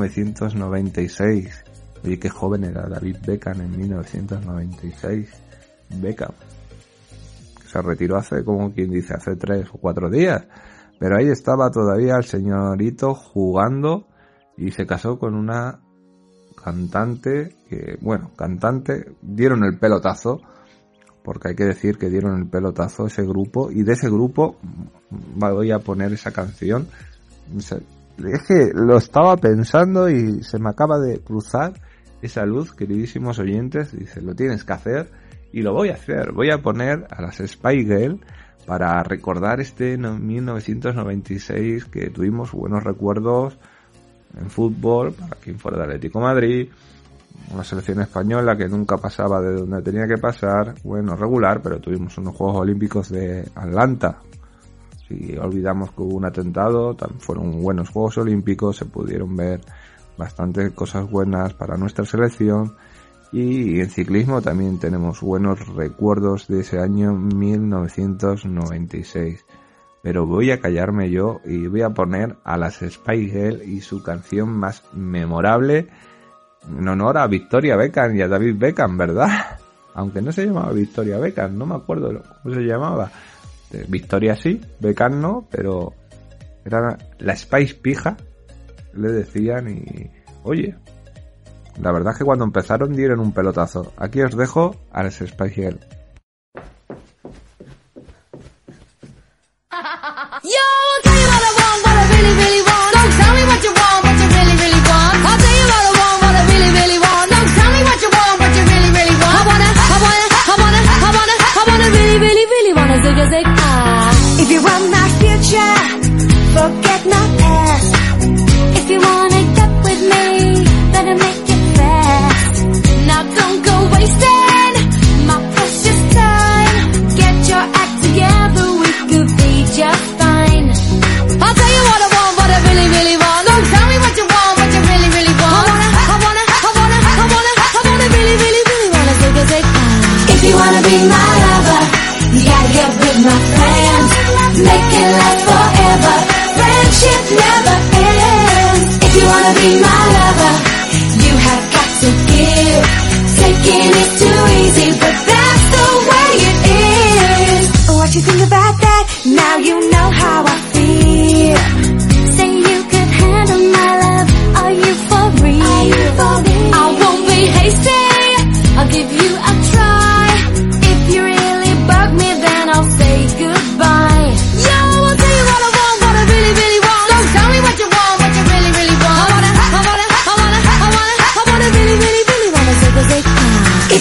D: 1996. Oye, qué joven era David Beckham en 1996. Beckham, que se retiró hace, como quien dice, hace 3 o 4 días, pero ahí estaba todavía el señorito jugando, y se casó con una cantante dieron el pelotazo, porque hay que decir que dieron el pelotazo ese grupo, y de ese grupo voy a poner esa canción. Es que lo estaba pensando y se me acaba de cruzar esa luz, queridísimos oyentes, dice, lo tienes que hacer, y lo voy a hacer. Voy a poner a las Spice Girls para recordar este 1996, que tuvimos buenos recuerdos en fútbol, para quien fuera de Atlético Madrid, una selección española que nunca pasaba de donde tenía que pasar, bueno, regular, pero tuvimos unos Juegos Olímpicos de Atlanta. Si olvidamos que hubo un atentado, fueron buenos Juegos Olímpicos, se pudieron ver bastantes cosas buenas para nuestra selección. Y en ciclismo también tenemos buenos recuerdos de ese año 1996. Pero voy a callarme yo y voy a poner a las Spice Girls y su canción más memorable, en honor a Victoria Beckham y a David Beckham, ¿verdad? Aunque no se llamaba Victoria Beckham, no me acuerdo cómo se llamaba. Victoria sí, Beckham no, pero era la Spice Pija, le decían. Y oye, la verdad es que cuando empezaron dieron un pelotazo. Aquí os dejo a las Spice Girls.
B: Yo, I'll tell you what I want, what I really, really want. Don't tell me what you want, what you really, really want. I'll tell you what I want, what I really, really want. Don't tell me what you want, what you really, really want. I wanna really, really, really wanna zig a zig ah.
F: If you want my future, forget my past.
B: If you wanna get with me, better make it fast. Now don't go wasting my precious time. Get your act together, we could be just fine. I'll tell you what I want, what I really, really want. Don't tell me what you want, what you really, really want. I wanna really, really, really wanna zig a zig ah.
F: If you wanna be my lover, you gotta get with my friends. Make it last forever. Friendship never ends. If you wanna be my lover, you have got to give. Taking it too easy, but that's the way it is. What you think about that? Now you know how I feel.
B: Say you could handle my love. Are you for real? I won't be hasty. I'll give you a try. If you really bug me, then I'll say goodbye. Yo, I'll tell you what I want, what I really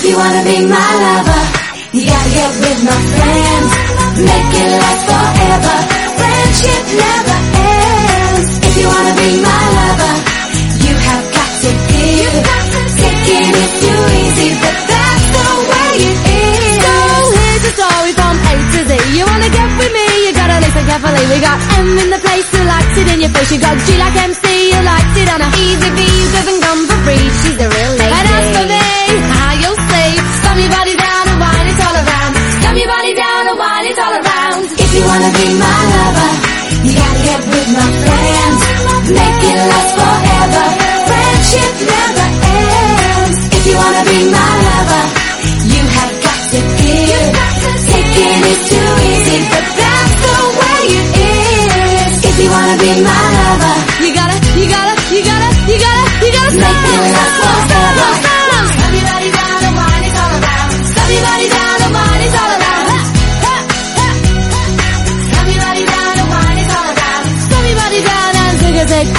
F: If you wanna be my lover, you gotta get with my friends. Make it last forever. Friendship never ends. If you wanna be my lover, you have got to give. Taking it too easy, but that's the way it is.
B: So here's the story from A to Z. You wanna get with me, you gotta listen carefully. We got M in the place who likes it in your face. You got G like MC, who likes it on a easy V, who doesn't come for free. She's a real lady. And as for me, how you'll see, slam your body down and wine it all around. Slam your body down and wine it all around.
F: If you wanna be my lover, you gotta get with my friends. Make it last forever. Friendship never ends. If you wanna be my lover, you have got to give. Taking it too easy, but that's the way it is. If you wanna be my lover,
B: You gotta
F: make it last forever.
B: Slam your body down and wine it all around. Slam your body down and wine it all around. Slam your body down and wine it all around. Slam your body down and take a take.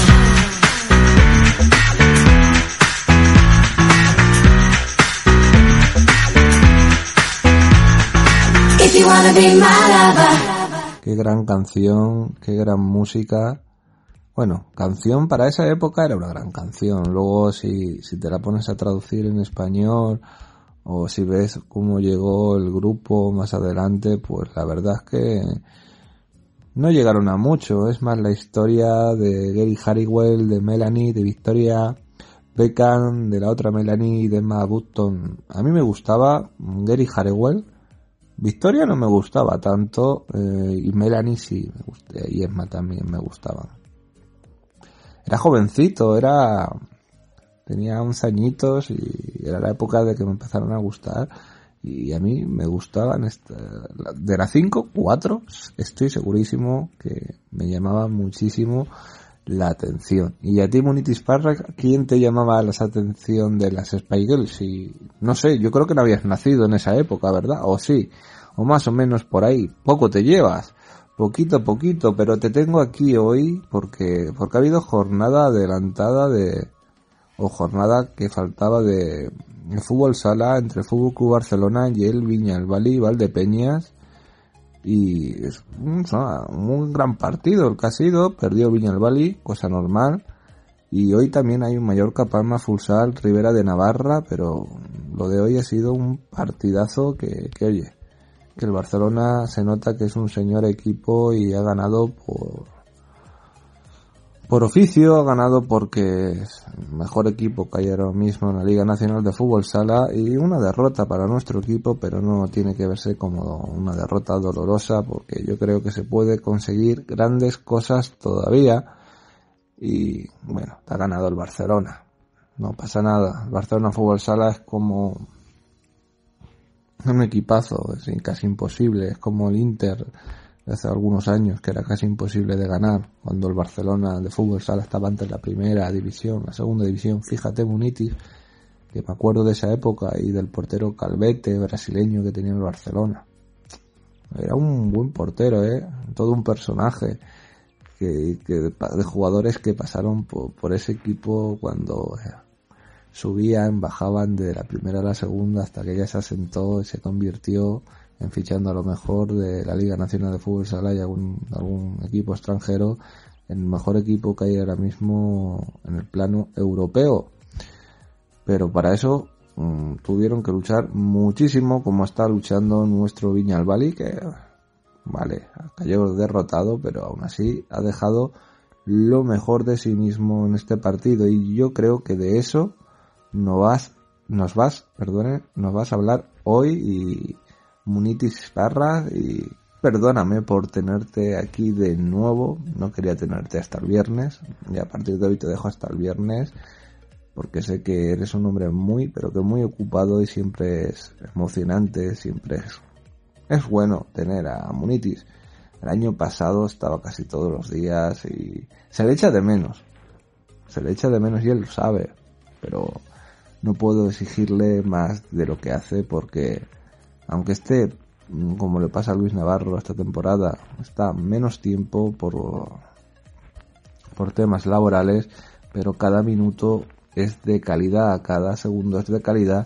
F: If you wanna be my lover.
D: Qué gran canción, qué gran música. Bueno, canción para esa época era una gran canción. Luego si te la pones a traducir en español o si ves cómo llegó el grupo más adelante, pues la verdad es que no llegaron a mucho. Es más la historia de Gary Halliwell, de Melanie, de Victoria Beckham, de la otra Melanie y de Emma Bunton. A mí me gustaba Gary Halliwell. Victoria no me gustaba tanto y Melanie sí me gustaba, y Emma también me gustaba. Era jovencito, tenía 11 añitos y era la época de que me empezaron a gustar y a mí me gustaban de las 5, 4 estoy segurísimo que me llamaban muchísimo la atención. Y a ti, Munitis Parra, ¿quién te llamaba la atención de las Spice Girls? Y no sé, yo creo que no habías nacido en esa época, ¿verdad? O sí, o más o menos por ahí. Poco te llevas, poquito a poquito, pero te tengo aquí hoy porque ha habido jornada adelantada o jornada que faltaba de fútbol sala entre el Fútbol Club Barcelona y el Viñalbali Valdepeñas. Y es un gran partido el que ha sido. Perdió Viñalbali, cosa normal. Y hoy también hay un Mallorca Palma Futsal Ribera de Navarra, pero lo de hoy ha sido un partidazo que oye, que el Barcelona se nota que es un señor equipo y ha ganado por oficio, ha ganado porque es el mejor equipo que hay ahora mismo en la Liga Nacional de Fútbol Sala y una derrota para nuestro equipo, pero no tiene que verse como una derrota dolorosa porque yo creo que se puede conseguir grandes cosas todavía y bueno, ha ganado el Barcelona, no pasa nada. El Barcelona Fútbol Sala es como un equipazo, es casi imposible, es como el Inter de hace algunos años, que era casi imposible de ganar, cuando el Barcelona de fútbol sala estaba antes en la primera división, la segunda división. Fíjate, Munitis, que me acuerdo de esa época, y del portero Calvete, brasileño, que tenía el Barcelona. Era un buen portero, todo un personaje, de jugadores que pasaron por ese equipo cuando subían, bajaban de la primera a la segunda hasta que ya se asentó y se convirtió en fichando a lo mejor de la Liga Nacional de Fútbol Sala y algún equipo extranjero, en el mejor equipo que hay ahora mismo en el plano europeo. Pero para eso tuvieron que luchar muchísimo, como está luchando nuestro Viñalbali, que vale, cayó derrotado, pero aún así ha dejado lo mejor de sí mismo en este partido, y yo creo que de eso nos vas a hablar hoy. Y Munitis Parra, y perdóname por tenerte aquí de nuevo, no quería tenerte hasta el viernes, y a partir de hoy te dejo hasta el viernes, porque sé que eres un hombre muy, pero que muy ocupado, y siempre es emocionante, siempre es bueno tener a Munitis. El año pasado estaba casi todos los días y se le echa de menos y él lo sabe, pero no puedo exigirle más de lo que hace, porque aunque esté, como le pasa a Luis Navarro esta temporada, está menos tiempo por temas laborales, pero cada minuto es de calidad, cada segundo es de calidad,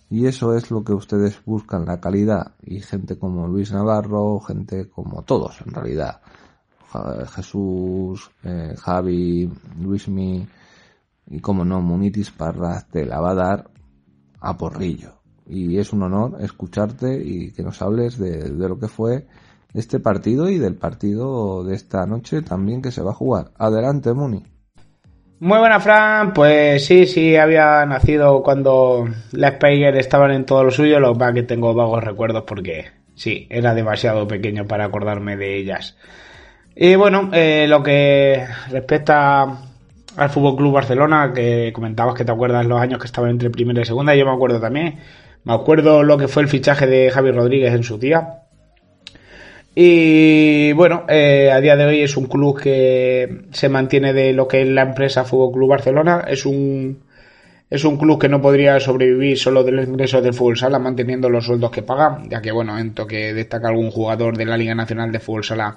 D: Y eso es lo que ustedes buscan, la calidad. Y gente como Luis Navarro, gente como todos en realidad. Jesús, Javi, Luismi y como no, Munitis Parra te la va a dar a porrillo. Y es un honor escucharte y que nos hables de lo que fue este partido y del partido de esta noche también que se va a jugar. Adelante, Muni.
G: Muy buena, Fran. Pues sí, había nacido cuando las Spiger estaban en todo lo suyo, lo que pasa que tengo vagos recuerdos porque sí, era demasiado pequeño para acordarme de ellas. Y bueno, lo que respecta al Fútbol Club Barcelona, que comentabas que te acuerdas los años que estaban entre primera y segunda, yo me acuerdo también. Me acuerdo lo que fue el fichaje de Javi Rodríguez en su día. Y bueno, a día de hoy es un club que se mantiene de lo que es la empresa Fútbol Club Barcelona. Es un club que no podría sobrevivir solo de los ingresos del fútbol sala, manteniendo los sueldos que paga, ya que bueno, en que destaca algún jugador de la Liga Nacional de Fútbol Sala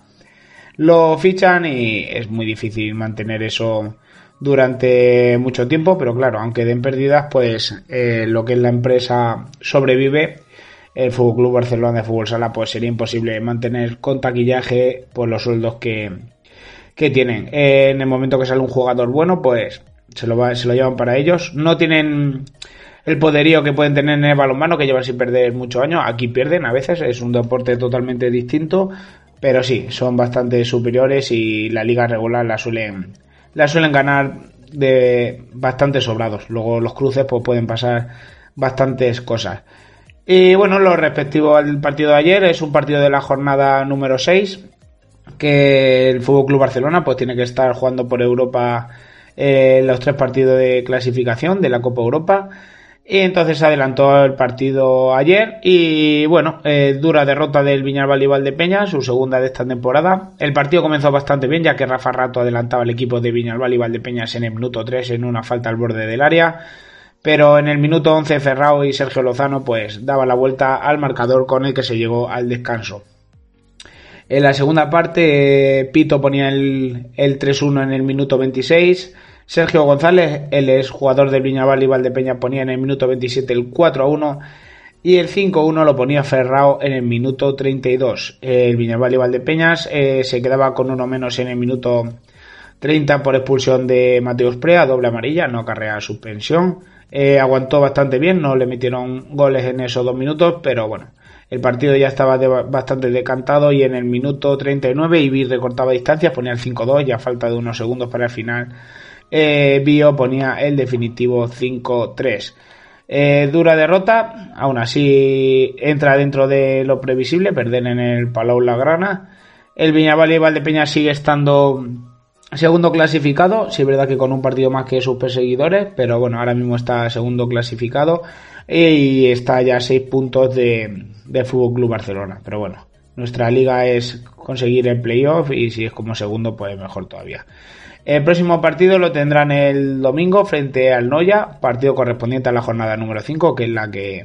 G: lo fichan y es muy difícil mantener eso durante mucho tiempo, pero claro, aunque den pérdidas, pues lo que es la empresa sobrevive. El Fútbol Club Barcelona de Fútbol Sala pues sería imposible mantener con taquillaje por los sueldos que tienen. En el momento que sale un jugador bueno, pues se lo llevan para ellos. No tienen el poderío que pueden tener en el balonmano, que llevan sin perder muchos años. Aquí pierden a veces, es un deporte totalmente distinto, pero sí, son bastante superiores y la liga regular la suelen ganar de bastante sobrados. Luego los cruces pues pueden pasar bastantes cosas. Y bueno, lo respectivo al partido de ayer, es un partido de la jornada número 6, que el FC Barcelona pues tiene que estar jugando por Europa los 3 partidos de clasificación de la Copa Europa. Y entonces se adelantó el partido ayer y bueno, dura derrota del Viñalbal y Valdepeñas, su segunda de esta temporada. El partido comenzó bastante bien, ya que Rafa Rato adelantaba al equipo de Viñalbal y Valdepeñas en el minuto 3 en una falta al borde del área. Pero en el minuto 11 Ferrao y Sergio Lozano pues daban la vuelta al marcador con el que se llegó al descanso. En la segunda parte Pito ponía el 3-1 en el minuto 26. Sergio González, el exjugador del Viñalbal y Valdepeñas, ponía en el minuto 27 el 4-1 y el 5-1 lo ponía Ferrao en el minuto 32. El Viñalbal y Valdepeñas se quedaba con uno menos en el minuto 30 por expulsión de Mateus Prea, doble amarilla, no acarrea suspensión. Aguantó bastante bien, no le metieron goles en esos 2 minutos, pero bueno, el partido ya estaba bastante decantado y en el minuto 39 Ibi recortaba distancias, ponía el 5-2 y a falta de unos segundos para el final Bio ponía el definitivo 5-3. Dura derrota, aún así entra dentro de lo previsible, perder en el Palau Lagrana. El Viñalbal y Valdepeñas sigue estando segundo clasificado, sí es verdad que con un partido más que sus perseguidores, pero bueno, ahora mismo está segundo clasificado y está ya a 6 puntos de Fútbol Club Barcelona. Pero bueno, nuestra liga es conseguir el playoff y si es como segundo, pues mejor todavía. El próximo partido lo tendrán el domingo frente al Noya, partido correspondiente a la jornada número 5, que es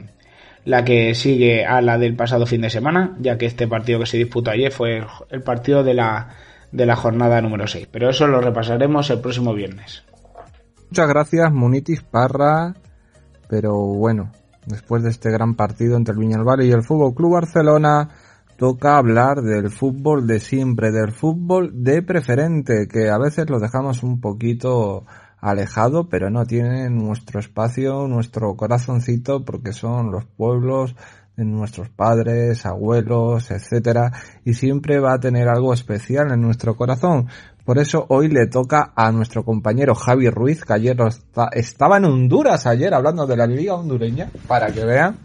G: la que sigue a la del pasado fin de semana, ya que este partido que se disputó ayer fue el partido de la jornada número 6, pero eso lo repasaremos el próximo viernes.
D: Muchas gracias, Munitis Parra, pero bueno, después de este gran partido entre el Viñalbal y el Fútbol Club Barcelona, toca hablar del fútbol de siempre, del fútbol de preferente, que a veces lo dejamos un poquito alejado, pero no tiene nuestro espacio, nuestro corazoncito, porque son los pueblos de nuestros padres, abuelos, etcétera, y siempre va a tener algo especial en nuestro corazón. Por eso hoy le toca a nuestro compañero Javi Ruiz, que ayer estaba en Honduras ayer hablando de la liga hondureña, para que vean,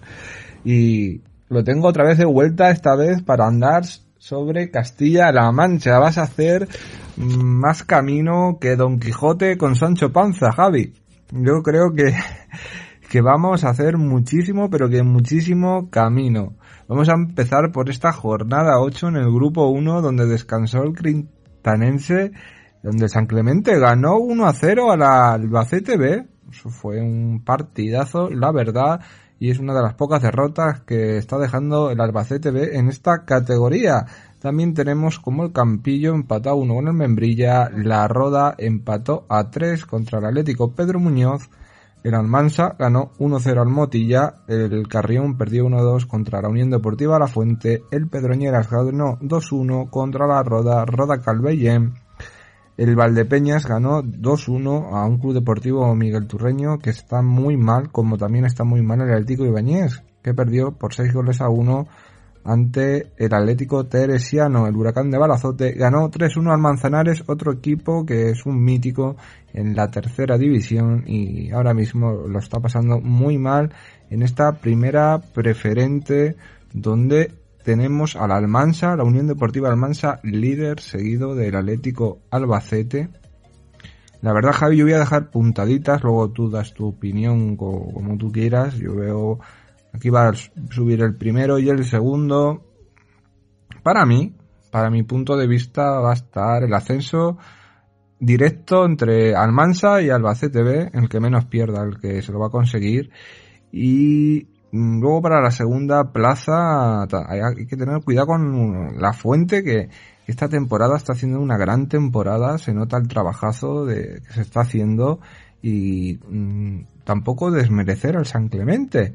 D: y lo tengo otra vez de vuelta, esta vez para andar sobre Castilla-La Mancha. Vas a hacer más camino que Don Quijote con Sancho Panza, Javi. Yo creo que vamos a hacer muchísimo, pero que muchísimo camino. Vamos a empezar por esta jornada 8 en el grupo 1, donde descansó el Crintanense, donde San Clemente ganó 1-0 al Albacete B. Eso fue un partidazo, la verdad, y es una de las pocas derrotas que está dejando el Albacete B en esta categoría. También tenemos como el Campillo empató a 1 con el Membrilla, la Roda empató a 3 contra el Atlético Pedro Muñoz, El Almansa ganó 1-0 al Motilla, el Carrión perdió 1-2 contra la Unión Deportiva La Fuente, el Pedroñeras ganó 2-1 contra la Roda Calvellén, el Valdepeñas ganó 2-1 a un Club Deportivo Miguel Turreño que está muy mal, como también está muy mal el Atlético Ibáñez, que perdió por 6-1 ante el Atlético Teresiano. El Huracán de Balazote ganó 3-1 al Manzanares, otro equipo que es un mítico en la tercera división y ahora mismo lo está pasando muy mal en esta primera preferente, donde tenemos al Almansa, la Unión Deportiva Almansa, líder, seguido del Atlético Albacete. La verdad, Javi, yo voy a dejar puntaditas, luego tú das tu opinión como tú quieras. Yo veo, aquí va a subir el primero y el segundo. Para mi punto de vista, va a estar el ascenso directo entre Almansa y Albacete B, el que menos pierda, el que se lo va a conseguir. Y luego para la segunda plaza hay que tener cuidado con La Fuente, que esta temporada está haciendo una gran temporada, se nota el trabajazo que se está haciendo y tampoco desmerecer al San Clemente.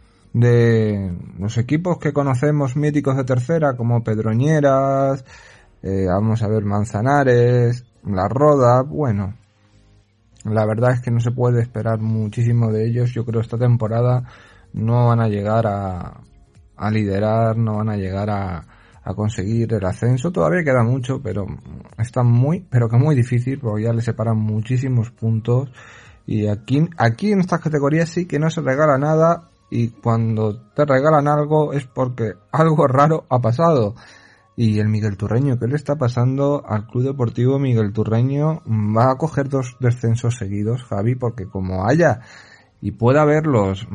D: De los equipos que conocemos míticos de tercera, como Pedroñeras, vamos a ver Manzanares, La Roda, bueno, la verdad es que no se puede esperar muchísimo de ellos. Yo creo que esta temporada no van a llegar a liderar, no van a llegar a conseguir el ascenso. Todavía queda mucho, pero está muy difícil, porque ya le separan muchísimos puntos. Y aquí en estas categorías sí que no se regala nada, y cuando te regalan algo es porque algo raro ha pasado. Y el Miguel Turreño, ¿qué le está pasando al Club Deportivo Miguel Turreño? Va a coger 2 descensos seguidos, Javi, porque como haya y pueda haber los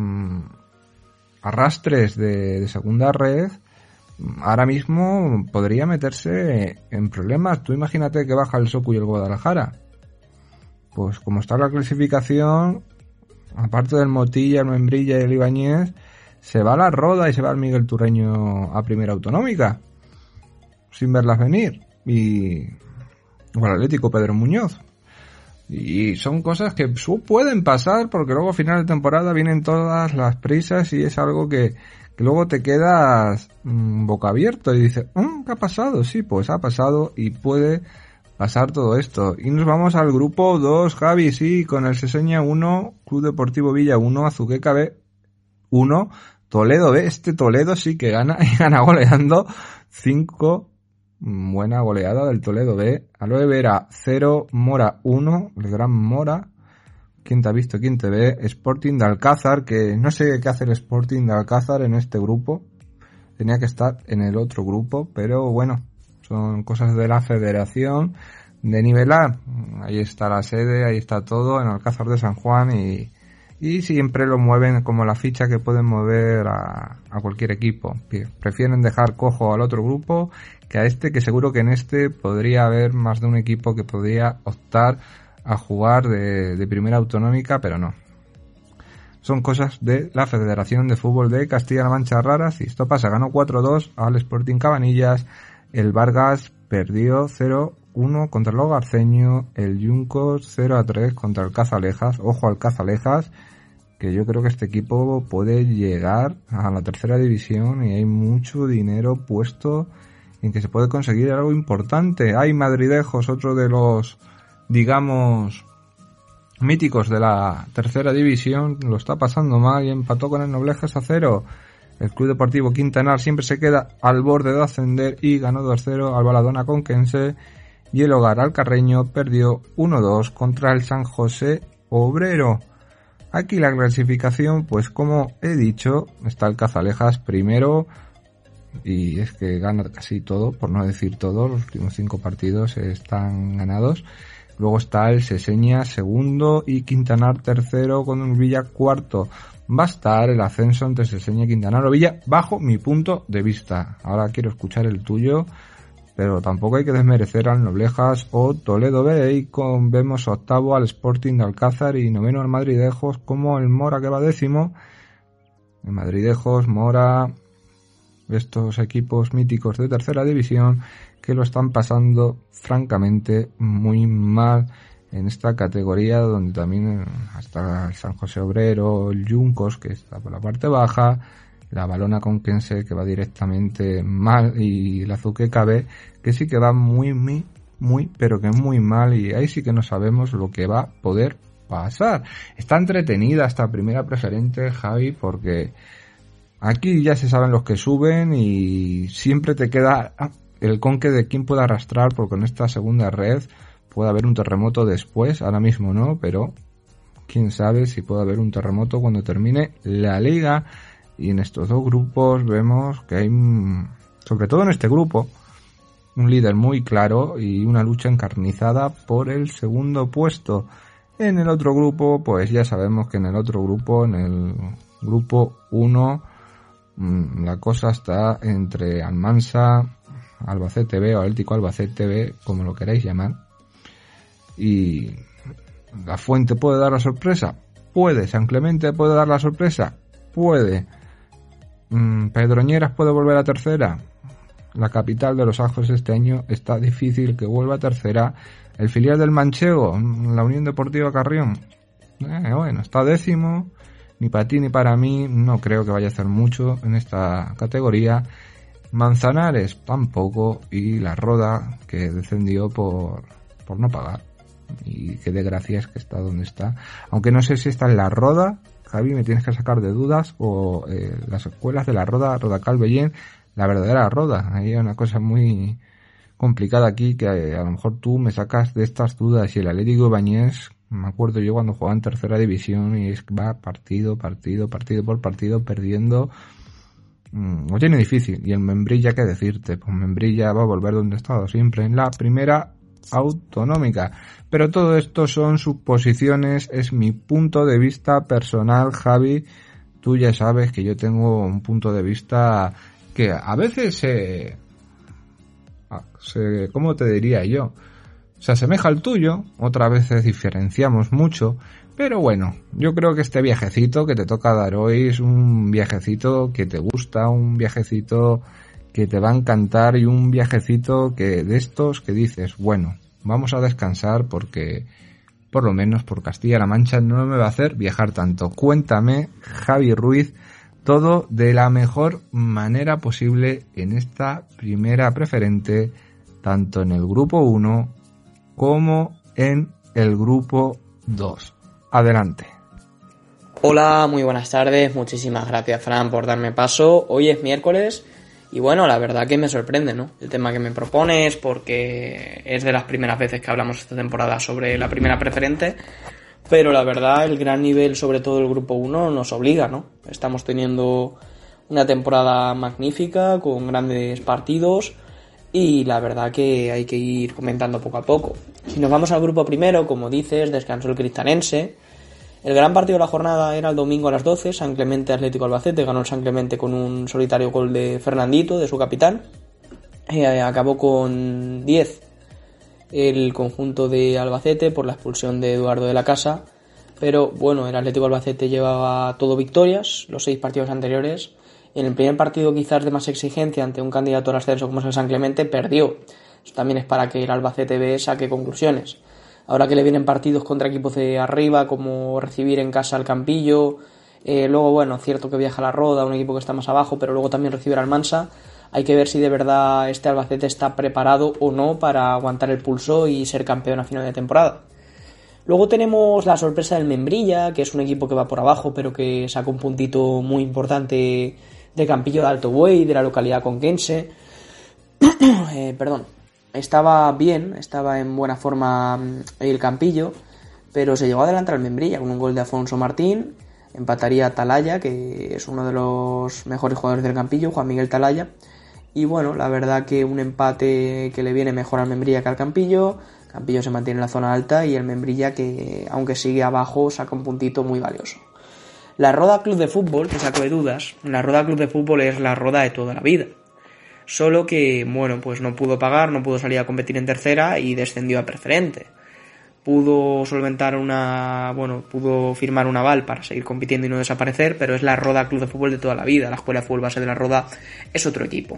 D: arrastres de segunda red, ahora mismo podría meterse en problemas. Tú imagínate que baja el Socu y el Guadalajara. Pues como está la clasificación, aparte del Motilla, el Membrilla y el Ibáñez, se va a la Roda y se va el Miguel Turreño a Primera Autonómica, sin verlas venir, y o el Atlético Pedro Muñoz. Y son cosas que pueden pasar, porque luego a final de temporada vienen todas las prisas y es algo que luego te quedas boca abierto y dices, ¿qué ha pasado? Sí, pues ha pasado y puede pasar todo esto. Y nos vamos al grupo 2, Javi, sí, con el Seseña 1, Club Deportivo Villa 1, Azuqueca B 1, Toledo B. Este Toledo sí que gana, y gana goleando 5. Buena goleada del Toledo B. Aloe Vera 0, Mora 1, el gran Mora. ¿Quién te ha visto? ¿Quién te ve? Sporting de Alcázar, que no sé qué hace el Sporting de Alcázar en este grupo. Tenía que estar en el otro grupo, pero bueno, son cosas de la federación de nivelar. Ahí está la sede, ahí está todo, en Alcázar de San Juan, y siempre lo mueven como la ficha que pueden mover a cualquier equipo. Prefieren dejar cojo al otro grupo que a este, que seguro que en este podría haber más de un equipo que podría optar a jugar de Primera Autonómica, pero no. Son cosas de la Federación de Fútbol de Castilla-La Mancha raras, y esto pasa. Ganó 4-2 al Sporting Cabanillas, el Vargas perdió 0-1 contra el Logarceño, el Yuncos 0-3 contra el Cazalejas. Ojo al Cazalejas, que yo creo que este equipo puede llegar a la tercera división y hay mucho dinero puesto en que se puede conseguir algo importante. Hay Madridejos, otro de los, digamos, míticos de la tercera división, lo está pasando mal y empató con el Noblejas a 0. El Club Deportivo Quintanar siempre se queda al borde de ascender y ganó 2-0 al Baladona Conquense, y el Hogar Alcarreño perdió 1-2 contra el San José Obrero. Aquí la clasificación, pues como he dicho, está el Cazalejas primero, y es que gana casi todo, por no decir todo, los últimos 5 partidos están ganados. Luego está el Seseña segundo y Quintanar tercero, con un Villa cuarto. Va a estar el ascenso entre Seseña y Quintanar o Villa, bajo mi punto de vista. Ahora quiero escuchar el tuyo, pero tampoco hay que desmerecer al Noblejas o Toledo B. Y vemos octavo al Sporting de Alcázar y noveno al Madridejos, como el Mora, que va décimo. El Madridejos, Mora, estos equipos míticos de tercera división que lo están pasando francamente muy mal en esta categoría, donde también hasta el San José Obrero, el Juncos, que está por la parte baja, la Valona Conquense, que va directamente mal, y la Azuqueca B, que sí que va muy, pero que muy mal, y ahí sí que no sabemos lo que va a poder pasar. Está entretenida esta primera preferente, Javi, porque aquí ya se saben los que suben y siempre te queda el conque de quién puede arrastrar, porque en esta segunda red puede haber un terremoto después, ahora mismo no, pero quién sabe si puede haber un terremoto cuando termine la liga. Y en estos dos grupos vemos que hay, sobre todo en este grupo, un líder muy claro y una lucha encarnizada por el segundo puesto. En el otro grupo, pues ya sabemos que en el otro grupo, en el grupo 1, la cosa está entre Almansa, Albacete B o Atlético Albacete B, como lo queráis llamar. Y ¿La Fuente puede dar la sorpresa? Puede. ¿San Clemente puede dar la sorpresa? Puede. ¿Pedroñeras puede volver a tercera? La capital de los Ajos este año está difícil que vuelva a tercera. El filial del Manchego, la Unión Deportiva Carrión, bueno, está décimo. Ni para ti ni para mí, no creo que vaya a hacer mucho en esta categoría. Manzanares tampoco, y La Roda, que descendió por no pagar. Y qué desgracia es que está donde está. Aunque no sé si está en La Roda, Javi, me tienes que sacar de dudas, o las escuelas de La Roda, Rodacal Bellén, la verdadera Roda. Hay una cosa muy complicada aquí que a lo mejor tú me sacas de estas dudas. Y el Atlético Ibáñez, me acuerdo yo cuando jugaba en tercera división, y es que va partido por partido perdiendo. Lo tiene difícil. Y el Membrilla, ¿qué decirte? Pues Membrilla va a volver donde ha estado siempre, en la primera autonómica. Pero todo esto son suposiciones, es mi punto de vista personal, Javi. Tú ya sabes que yo tengo un punto de vista que a veces ¿cómo te diría yo? Se asemeja al tuyo, otras veces diferenciamos mucho, pero bueno, yo creo que este viajecito que te toca dar hoy es un viajecito que te gusta, un viajecito que te va a encantar, y un viajecito que de estos que dices, bueno, vamos a descansar porque por lo menos por Castilla-La Mancha no me va a hacer viajar tanto. Cuéntame, Javi Ruiz, todo de la mejor manera posible en esta primera preferente, tanto en el grupo 1 como en el grupo 2. Adelante.
H: Hola, muy buenas tardes, muchísimas gracias, Fran, por darme paso. Hoy es miércoles y bueno, la verdad que me sorprende, ¿no?, el tema que me propones, porque es de las primeras veces que hablamos esta temporada sobre la primera preferente, pero la verdad el gran nivel, sobre todo el grupo 1, nos obliga, ¿no? Estamos teniendo una temporada magnífica, con grandes partidos, y la verdad que hay que ir comentando poco a poco. Si nos vamos al grupo primero, como dices, descansó el Cristanense. El gran partido de la jornada era el domingo a las 12, San Clemente Atlético Albacete. Ganó el San Clemente con un solitario gol de Fernandito, de su capitán. Acabó con 10 el conjunto de Albacete por la expulsión de Eduardo de la Casa. Pero bueno, el Atlético Albacete llevaba todo victorias, los 6 partidos anteriores. En el primer partido, quizás de más exigencia ante un candidato al ascenso como es el San Clemente, perdió. Eso también es para que el Albacete B saque conclusiones. Ahora que le vienen partidos contra equipos de arriba, como recibir en casa al Campillo, luego, bueno, cierto que viaja a La Roda, un equipo que está más abajo, pero luego también recibir al Almansa. Hay que ver si de verdad este Albacete está preparado o no para aguantar el pulso y ser campeón a final de temporada. Luego tenemos la sorpresa del Membrilla, que es un equipo que va por abajo, pero que saca un puntito muy importante de Campillo de Alto Buey, de la localidad conquense. Estaba bien, estaba en buena forma el Campillo, pero se llegó a adelantar al Membrilla con un gol de Afonso Martín. Empataría a Talaya, que es uno de los mejores jugadores del Campillo, Juan Miguel Talaya. Y bueno, la verdad que un empate que le viene mejor al Membrilla que al Campillo. Campillo se mantiene en la zona alta y el Membrilla, que aunque sigue abajo, saca un puntito muy valioso. La Roda Club de Fútbol, que saco de dudas, la Roda Club de Fútbol es la Roda de toda la vida. Solo que, bueno, pues no pudo pagar, no pudo salir a competir en tercera y descendió a preferente. Pudo pudo firmar un aval para seguir compitiendo y no desaparecer, pero es la Roda Club de Fútbol de toda la vida. La Escuela de Fútbol Base de la Roda es otro equipo.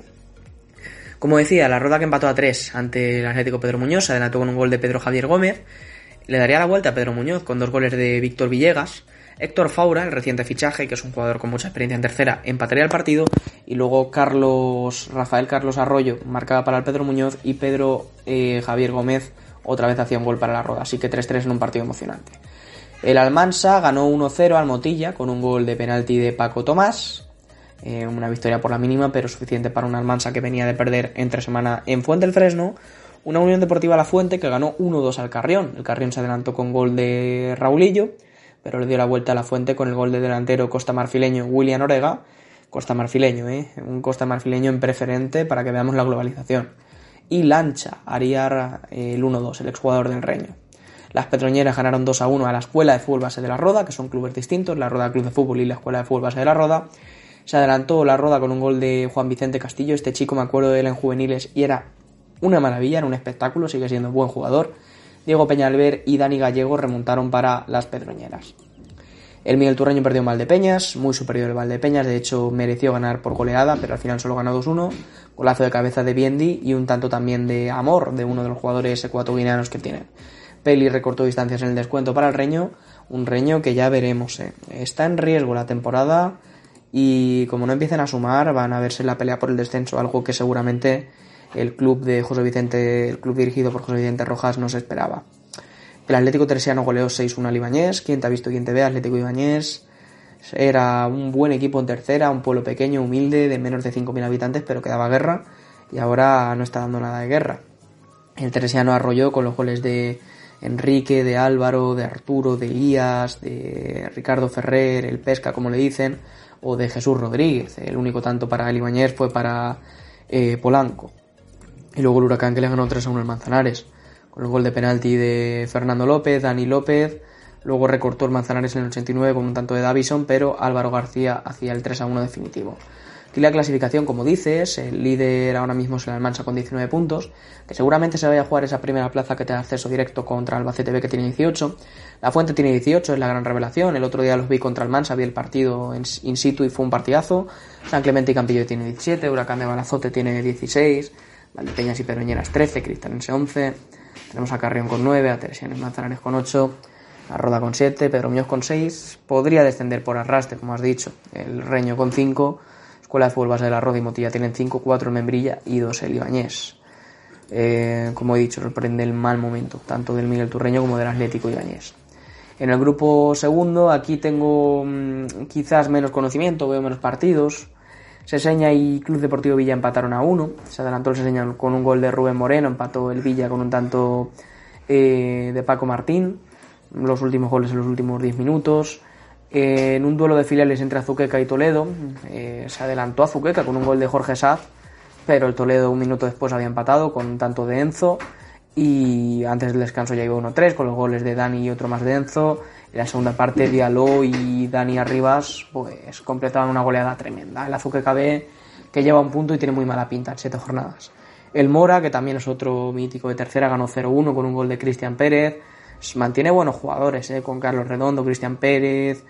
H: Como decía, la Roda, que empató a 3 ante el Atlético Pedro Muñoz, se adelantó con un gol de Pedro Javier Gómez. Le daría la vuelta a Pedro Muñoz con 2 goles de Víctor Villegas. Héctor Faura, el reciente fichaje, que es un jugador con mucha experiencia en tercera, empataría el partido. Y luego Rafael Carlos Arroyo marcaba para el Pedro Muñoz y Pedro Javier Gómez otra vez hacía un gol para la Roda. Así que 3-3 en un partido emocionante. El Almansa ganó 1-0 al Motilla con un gol de penalti de Paco Tomás. Una victoria por la mínima, pero suficiente para un Almansa que venía de perder entre semana en Fuente del Fresno. Una Unión Deportiva La Fuente que ganó 1-2 al Carrión. El Carrión se adelantó con gol de Raulillo, pero le dio la vuelta a La Fuente con el gol de delantero costamarfileño William Orega. Costamarfileño, un costamarfileño en preferente para que veamos la globalización. Y Lancha haría el 1-2, el exjugador del Reño. Las Pedroñeras ganaron 2-1 a la Escuela de Fútbol Base de la Roda, que son clubes distintos, la Roda Club de Fútbol y la Escuela de Fútbol Base de la Roda. Se adelantó la Roda con un gol de Juan Vicente Castillo. Este chico me acuerdo de él en juveniles y era una maravilla, era un espectáculo, sigue siendo buen jugador. Diego Peñalver y Dani Gallego remontaron para las Pedroñeras. El Miguel Turreño perdió en Valdepeñas, muy superior el Valdepeñas, de hecho mereció ganar por goleada, pero al final solo ganó 2-1. Golazo de cabeza de Biendi y un tanto también de Amor, de uno de los jugadores ecuatoguineanos que tienen. Peli recortó distancias en el descuento para el Reño, un Reño que ya veremos. Está en riesgo la temporada y como no empiecen a sumar van a verse en la pelea por el descenso, algo que seguramente el club dirigido por José Vicente Rojas no se esperaba. El Atlético Teresiano goleó 6-1 al Ibañés. ¿Quién te ha visto, quién te ve? Atlético Ibañés era un buen equipo en tercera, un pueblo pequeño, humilde, de menos de 5.000 habitantes, pero que daba guerra, y ahora no está dando nada de guerra. El Teresiano arrolló con los goles de Enrique, de Álvaro, de Arturo, de Elías, de Ricardo Ferrer, el Pesca como le dicen, o de Jesús Rodríguez. El único tanto para el Ibañés fue para Polanco. Y luego el Huracán, que le ganó 3-1 al Manzanares, con el gol de penalti de Fernando López, Dani López. Luego recortó el Manzanares en el 89 con un tanto de Davison, pero Álvaro García hacía el 3-1 definitivo. Y la clasificación, como dices, el líder ahora mismo es el Almansa con 19 puntos, que seguramente se vaya a jugar esa primera plaza que te da acceso directo contra Albacete B, que tiene 18. La Fuente tiene 18, es la gran revelación. El otro día los vi contra Almansa, vi el partido in situ y fue un partidazo. San Clemente y Campillo tiene 17, Huracán de Balazote tiene 16, Valdepeñas y Pedroñeras 13, Cristalense 11, tenemos a Carrión con 9, a Teresiano y Manzanares con 8, a Roda con 7, Pedro Muñoz con 6, podría descender por arrastre, como has dicho, el Reño con 5, Escuela de Fútbol Base de la Roda y Motilla tienen 5, 4 el Membrilla y 2 el Ibañés. Como he dicho, sorprende el mal momento, tanto del Miguel Turreño como del Atlético Ibañés. En el grupo segundo, aquí tengo quizás menos conocimiento, veo menos partidos. Seseña y Club Deportivo Villa empataron a 1. Se adelantó el Seseña con un gol de Rubén Moreno, empató el Villa con un tanto de Paco Martín. Los últimos goles en los últimos 10 minutos. En un duelo de filiales entre Azuqueca y Toledo, se adelantó Azuqueca con un gol de Jorge Saz, pero el Toledo un minuto después había empatado con un tanto de Enzo. Y antes del descanso ya iba 1-3 con los goles de Dani y otro más de Enzo. En la segunda parte Diallo y Dani Arribas pues completaban una goleada tremenda. El Azuqueca B, que lleva un punto y tiene muy mala pinta en 7 jornadas. El Mora, que también es otro mítico de tercera, ganó 0-1 con un gol de Cristian Pérez. Mantiene buenos jugadores, con Carlos Redondo, Cristian Pérez,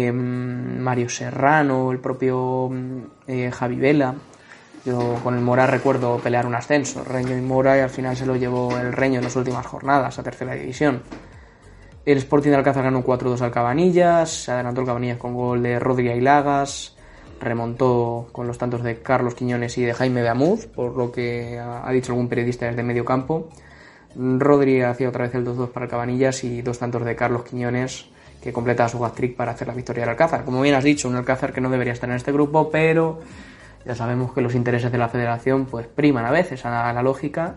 H: Mario Serrano, el propio Javi Vela. Yo con el Mora recuerdo pelear un ascenso, Reño y Mora, y al final se lo llevó el Reño en las últimas jornadas a tercera división. El Sporting de Alcázar ganó 4-2 al Cabanillas, se adelantó el Cabanillas con gol de Rodri Ailagas, remontó con los tantos de Carlos Quiñones y de Jaime Beamuz, por lo que ha dicho algún periodista desde medio campo. Rodri hacía otra vez el 2-2 para el Cabanillas y 2 tantos de Carlos Quiñones, que completaba su hat-trick para hacer la victoria del Alcázar. Como bien has dicho, un Alcázar que no debería estar en este grupo, pero ya sabemos que los intereses de la federación pues priman a veces a la lógica,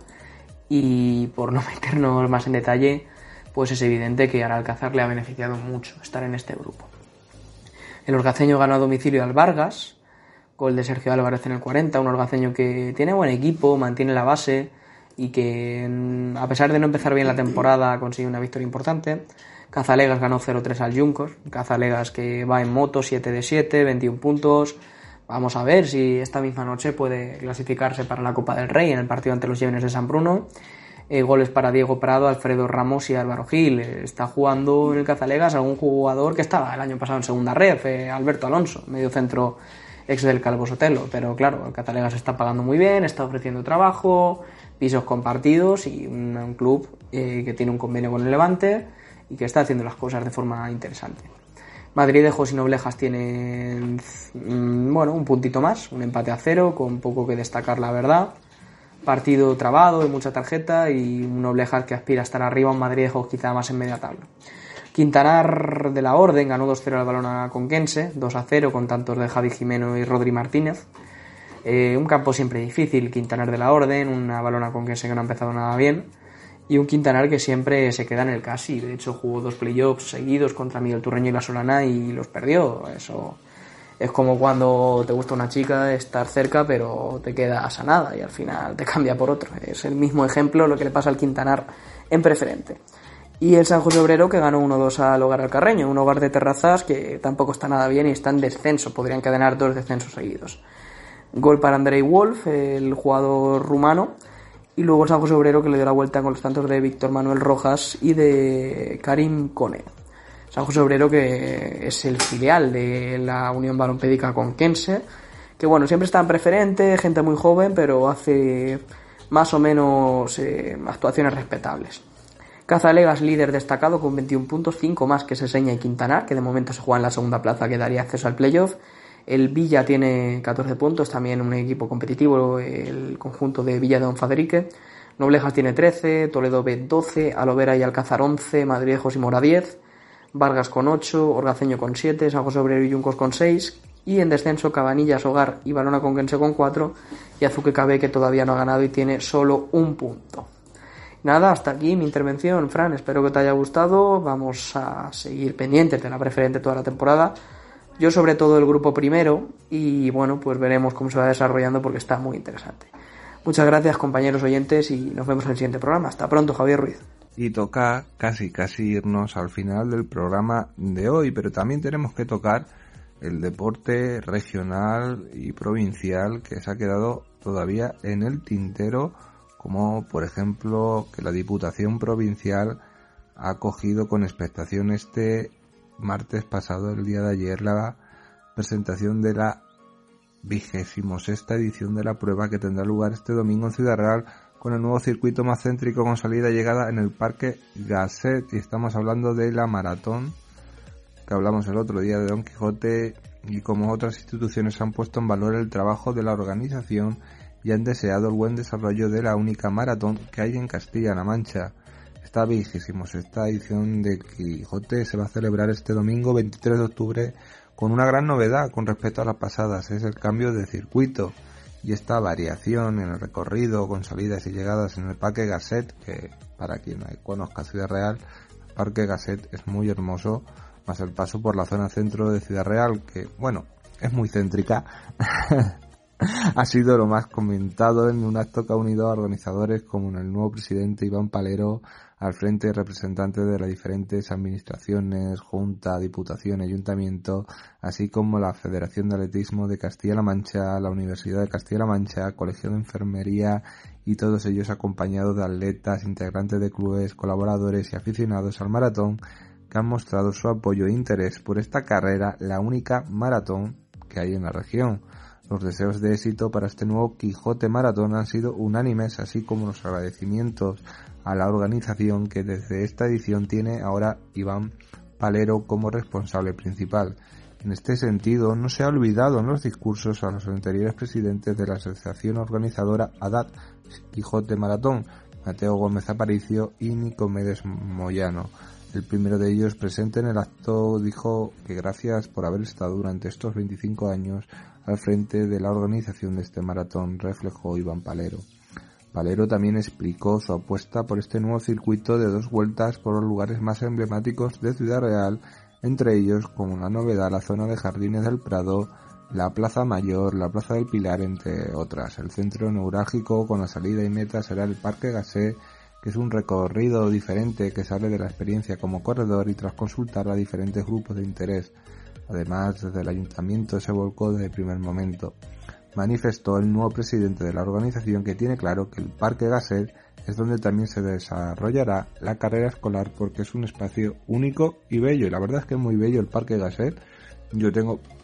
H: y por no meternos más en detalle, pues es evidente que al Alcázar le ha beneficiado mucho estar en este grupo. El orgaceño ganó a domicilio al Vargas, gol de Sergio Álvarez en el 40, un orgaceño que tiene buen equipo, mantiene la base y que a pesar de no empezar bien la temporada consigue una victoria importante. Cazalegas ganó 0-3 al Juncos, Cazalegas que va en moto, 7 de 7, 21 puntos. Vamos a ver si esta misma noche puede clasificarse para la Copa del Rey en el partido ante los Llévenes de San Bruno. Goles para Diego Prado, Alfredo Ramos y Álvaro Gil. Está jugando en el Cazalegas algún jugador que estaba el año pasado en segunda red, Alberto Alonso, medio centro ex del Calvo Sotelo, pero claro, el Catalegas está pagando muy bien, está ofreciendo trabajo, pisos compartidos y un club que tiene un convenio con el Levante y que está haciendo las cosas de forma interesante. Madridejos y Noblejas tienen un puntito más, un empate a 0 con poco que destacar, la verdad. Partido trabado y mucha tarjeta, y un Noblejas que aspira a estar arriba, un Madridejos quizá más en media tabla. Quintanar de la Orden ganó 2-0 al Balona Conquense, 2-0 con tantos de Javi Jimeno y Rodri Martínez. Un campo siempre difícil, Quintanar de la Orden, una Balona Conquense que no ha empezado nada bien, y un Quintanar que siempre se queda en el casi. De hecho, jugó 2 playoffs seguidos contra Miguel Turreño y La Solana y los perdió. Eso es como cuando te gusta una chica, estar cerca pero te quedas a nada y al final te cambia por otro. Es el mismo ejemplo lo que le pasa al Quintanar en preferente. Y el San José Obrero, que ganó 1-2 al Hogar Alcarreño, un Hogar de Terrazas que tampoco está nada bien y está en descenso, podrían encadenar 2 descensos seguidos. Gol para Andrei Wolf, el jugador rumano, y luego el San José Obrero, que le dio la vuelta con los tantos de Víctor Manuel Rojas y de Karim Kone. San José Obrero, que es el filial de la Unión Balompédica Conquense, que bueno, siempre está en preferente, gente muy joven, pero hace más o menos actuaciones respetables. Cazalegas, líder destacado con 21 puntos, 5 más que Seseña y Quintanar, que de momento se juega en la segunda plaza que daría acceso al playoff. El Villa tiene 14 puntos, también un equipo competitivo, el conjunto de Villa de Don Fadrique. Noblejas tiene 13, Toledo B 12, Alovera y Alcázar 11, Madridejos y Mora 10, Vargas con 8, Orgaceño con 7, San José Obrero y Yuncos con 6, y en descenso Cabanillas, Hogar y Balona Conquense con 4, y Azuque KB, que todavía no ha ganado y tiene solo 1 punto. Nada, hasta aquí mi intervención, Fran, espero que te haya gustado. Vamos a seguir pendientes de la preferente toda la temporada. Yo sobre todo el grupo primero, y bueno, pues veremos cómo se va desarrollando porque está muy interesante. Muchas gracias, compañeros oyentes, y nos vemos en el siguiente programa. Hasta pronto, Javier Ruiz.
D: Y toca casi irnos al final del programa de hoy, pero también tenemos que tocar el deporte regional y provincial que se ha quedado todavía en el tintero, como por ejemplo que la Diputación Provincial ha acogido con expectación este martes pasado, el día de ayer, la presentación de la 26ª edición de la prueba, que tendrá lugar este domingo en Ciudad Real, con el nuevo circuito más céntrico con salida y llegada en el Parque Gasset, y estamos hablando de la maratón que hablamos el otro día de Don Quijote, y como otras instituciones han puesto en valor el trabajo de la organización y han deseado el buen desarrollo de la única maratón que hay en Castilla-La Mancha. Esta 26ª edición de Quijote se va a celebrar este domingo 23 de octubre con una gran novedad con respecto a las pasadas, es el cambio de circuito y esta variación en el recorrido con salidas y llegadas en el Parque Gasset, que para quien conozca Ciudad Real, el Parque Gasset es muy hermoso, más el paso por la zona centro de Ciudad Real, que bueno, es muy céntrica. Ha sido lo más comentado en un acto que ha unido a organizadores como el nuevo presidente Iván Palero al frente de representantes de las diferentes administraciones, Junta, Diputación, Ayuntamiento, así como la Federación de Atletismo de Castilla-La Mancha, la Universidad de Castilla-La Mancha, Colegio de Enfermería, y todos ellos acompañados de atletas, integrantes de clubes, colaboradores y aficionados al maratón, que han mostrado su apoyo e interés por esta carrera, la única maratón que hay en la región. Los deseos de éxito para este nuevo Quijote Maratón han sido unánimes, así como los agradecimientos a la organización, que desde esta edición tiene ahora Iván Palero como responsable principal. En este sentido, no se ha olvidado en los discursos a los anteriores presidentes de la asociación organizadora ADAT Quijote Maratón, Mateo Gómez Aparicio y Nicomedes Moyano. El primero de ellos, presente en el acto, dijo que gracias por haber estado durante estos 25 años al frente de la organización de este maratón, reflejó Iván Palero. Palero también explicó su apuesta por este nuevo circuito de 2 vueltas por los lugares más emblemáticos de Ciudad Real, entre ellos como la novedad la zona de Jardines del Prado, la Plaza Mayor, la Plaza del Pilar, entre otras. El centro neurálgico con la salida y meta será el Parque Gasset, que es un recorrido diferente que sale de la experiencia como corredor y tras consultar a diferentes grupos de interés. Además, desde el ayuntamiento se volcó desde el primer momento. Manifestó el nuevo presidente de la organización que tiene claro que el Parque Gasset es donde también se desarrollará la carrera escolar, porque es un espacio único y bello. Y la verdad es que es muy bello el Parque Gasset. Yo tengo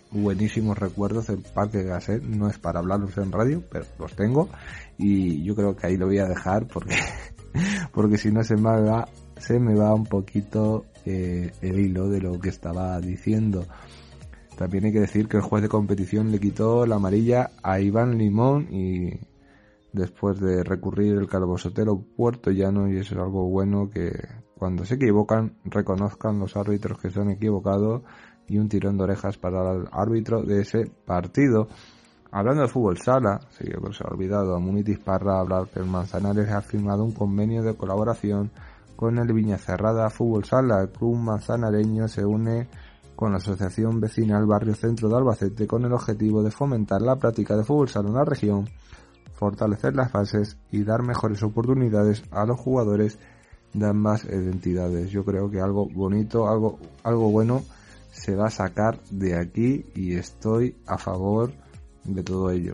D: buenísimos recuerdos del Parque Gasset. No es para hablarlos en radio, pero los tengo, y yo creo que ahí lo voy a dejar porque si no se me va un poquito el hilo de lo que estaba diciendo. También hay que decir que el juez de competición le quitó la amarilla a Iván Limón, y después de recurrir el Calvosotero Puertollano, y eso es algo bueno, que cuando se equivocan reconozcan los árbitros que se han equivocado, y un tirón de orejas para el árbitro de ese partido. Hablando de fútbol sala, sí, que se ha olvidado a Munitis Parra hablar que el Manzanares ha firmado un convenio de colaboración con el Viñacerrada Fútbol Sala. El club manzanareño se une con la Asociación Vecinal Barrio Centro de Albacete con el objetivo de fomentar la práctica de fútbol sala en la región, fortalecer las bases y dar mejores oportunidades a los jugadores de ambas entidades. Yo creo que algo bonito, algo bueno se va a sacar de aquí, y estoy a favor de todo ello.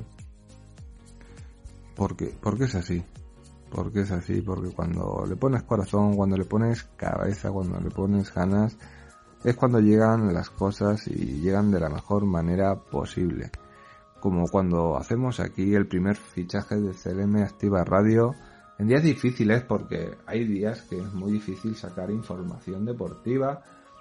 D: Porque es así. Porque es así, porque cuando le pones corazón, cuando le pones cabeza, cuando le pones ganas, es cuando llegan las cosas, y llegan de la mejor manera posible. Como cuando hacemos aquí el primer fichaje de CLM Activa Radio, en días difíciles, porque hay días que es muy difícil sacar información deportiva.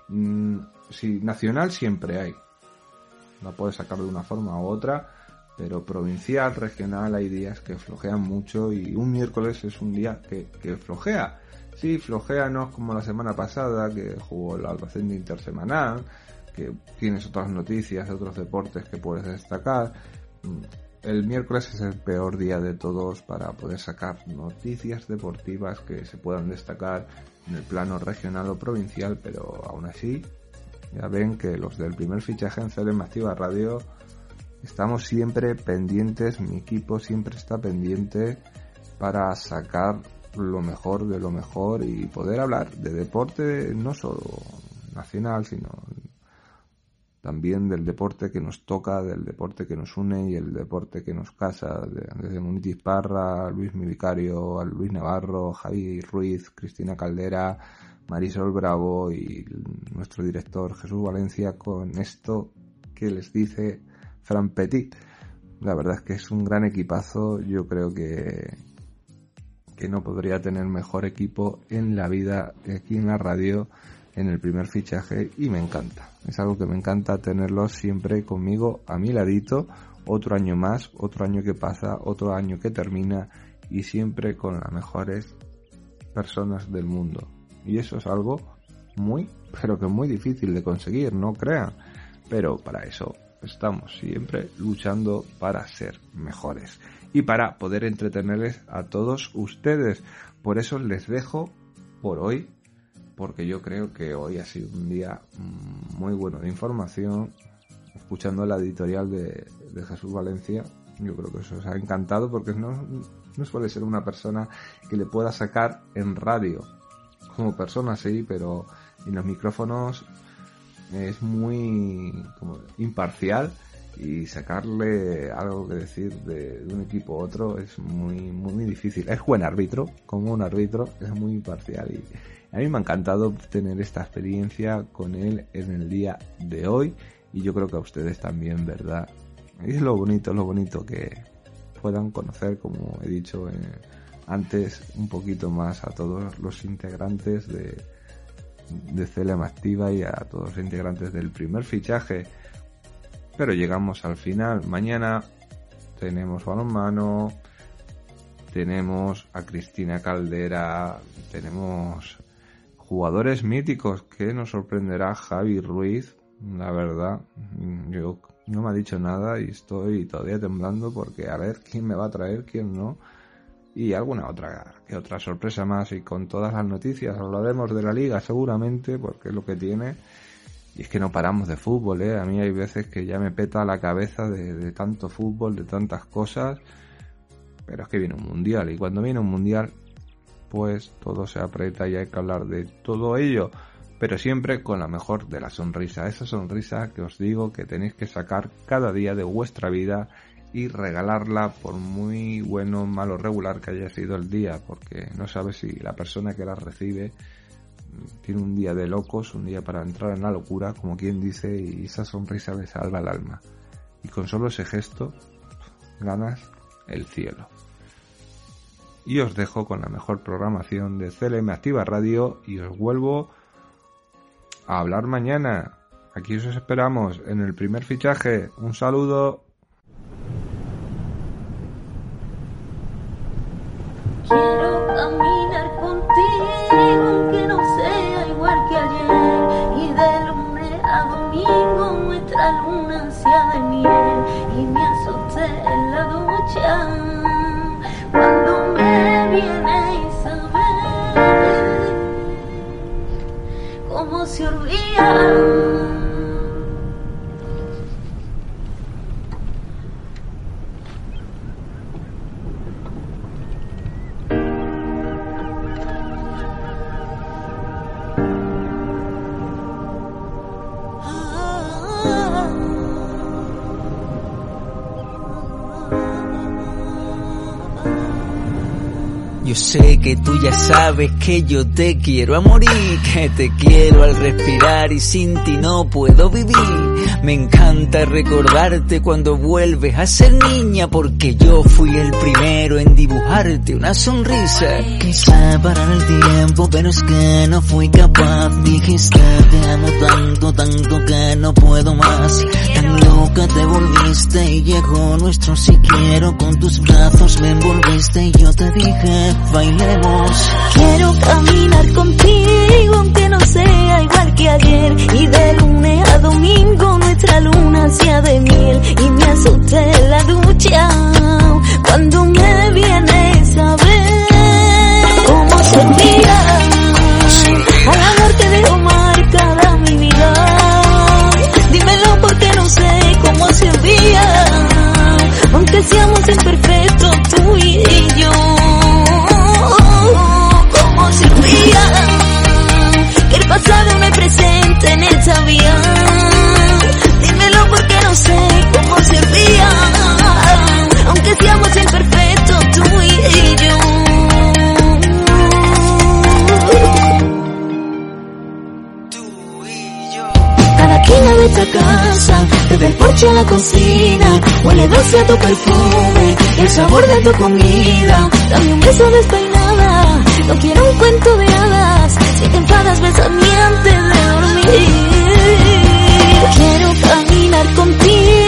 D: Sí, nacional siempre hay, la puedes sacar de una forma u otra, pero provincial, regional, hay días que flojean mucho, y un miércoles es un día que flojea. Sí, flojea, no es como la semana pasada que jugó el Albacete intersemanal, que tienes otras noticias, otros deportes que puedes destacar. El miércoles es el peor día de todos para poder sacar noticias deportivas que se puedan destacar en el plano regional o provincial, pero aún así ya ven que los del primer fichaje en CLM Activa Radio estamos siempre pendientes, mi equipo siempre está pendiente para sacar lo mejor de lo mejor y poder hablar de deporte no solo nacional, sino también del deporte que nos toca, del deporte que nos une y el deporte que nos casa, desde Munitis Parra, Luis mi vicario, a Luis Navarro, Javi Ruiz, Cristina Caldera, Marisol Bravo y nuestro director Jesús Valencia, con esto que les dice Fran Petit. La verdad es que es un gran equipazo. Yo creo que no podría tener mejor equipo en la vida aquí en la radio, en el primer fichaje, y me encanta. Es algo que me encanta tenerlos siempre conmigo, a mi ladito, otro año más, otro año que pasa, otro año que termina, y siempre con las mejores personas del mundo. Y eso es algo muy, pero que muy difícil de conseguir, no crean. Pero para eso estamos siempre luchando para ser mejores y para poder entretenerles a todos ustedes. Por eso les dejo por hoy, porque yo creo que hoy ha sido un día muy bueno de información. Escuchando la editorial de Jesús Valencia, yo creo que eso os ha encantado, porque no suele ser una persona que le pueda sacar en radio. Como persona sí, pero en los micrófonos es muy como imparcial, y sacarle algo que decir de un equipo a otro es muy difícil. Es buen árbitro, como un árbitro, es muy imparcial, y a mí me ha encantado tener esta experiencia con él en el día de hoy, y yo creo que a ustedes también, ¿verdad? Y es lo bonito que puedan conocer, como he dicho antes, un poquito más a todos los integrantes de CLM Activa y a todos los integrantes del primer fichaje. Pero llegamos al final. Mañana tenemos balonmano, tenemos a Cristina Caldera, tenemos jugadores míticos que nos sorprenderá Javi Ruiz. La verdad, yo no me ha dicho nada y estoy todavía temblando, porque a ver quién me va a traer, quién no, y alguna otra sorpresa más. Y con todas las noticias hablaremos de la liga seguramente, porque es lo que tiene. Y es que no paramos de fútbol, a mí hay veces que ya me peta la cabeza de tanto fútbol, de tantas cosas, pero es que viene un mundial, y cuando viene un mundial pues todo se aprieta y hay que hablar de todo ello, pero siempre con la mejor de la sonrisa, esa sonrisa que os digo que tenéis que sacar cada día de vuestra vida y regalarla, por muy bueno, malo, regular que haya sido el día, porque no sabes si la persona que la recibe tiene un día de locos, un día para entrar en la locura, como quien dice, y esa sonrisa le salva el alma. Y con solo ese gesto ganas el cielo. Y os dejo con la mejor programación de CLM Activa Radio y os vuelvo a hablar mañana. Aquí os esperamos en el primer fichaje. Un saludo.
F: Quiero caminar contigo aunque no sea igual que ayer, y de lunes a domingo nuestra luna sea de miel, y me asusté en la ducha cuando me viene Isabel, como se olvida.
I: Yo sé que tú ya sabes que yo te quiero a morir, que te quiero al respirar y sin ti no puedo vivir. Me encanta recordarte cuando vuelves a ser niña, porque yo fui el primero en dibujarte una sonrisa. Quise parar el tiempo, pero es que no fui capaz. Dijiste te amo tanto, tanto que no puedo más. Tan loca te volviste y llegó nuestro sí quiero. Con tus brazos me envolviste y yo te dije bailemos.
F: Quiero caminar contigo aunque no sea igual que ayer, y de lunes a domingo nuestra luna sea de miel, y me asusté en la ducha cuando me vienes a ver cómo sentía. Al amor te dejo marcada mi vida, dímelo porque no sé cómo se olvida, aunque seamos imperfectos tú y yo. Cómo se olvida que el pasado no es presente en esta vida, dímelo porque no sé cómo se olvida, aunque seamos imperfectos tú y yo. Cada esquina de esta casa, desde el porche a la cocina, huele dulce a tu perfume, el sabor de tu comida. Dame un beso despeinada, no quiero un cuento de hadas, si te enfadas bésame antes de dormir. Quiero caminar contigo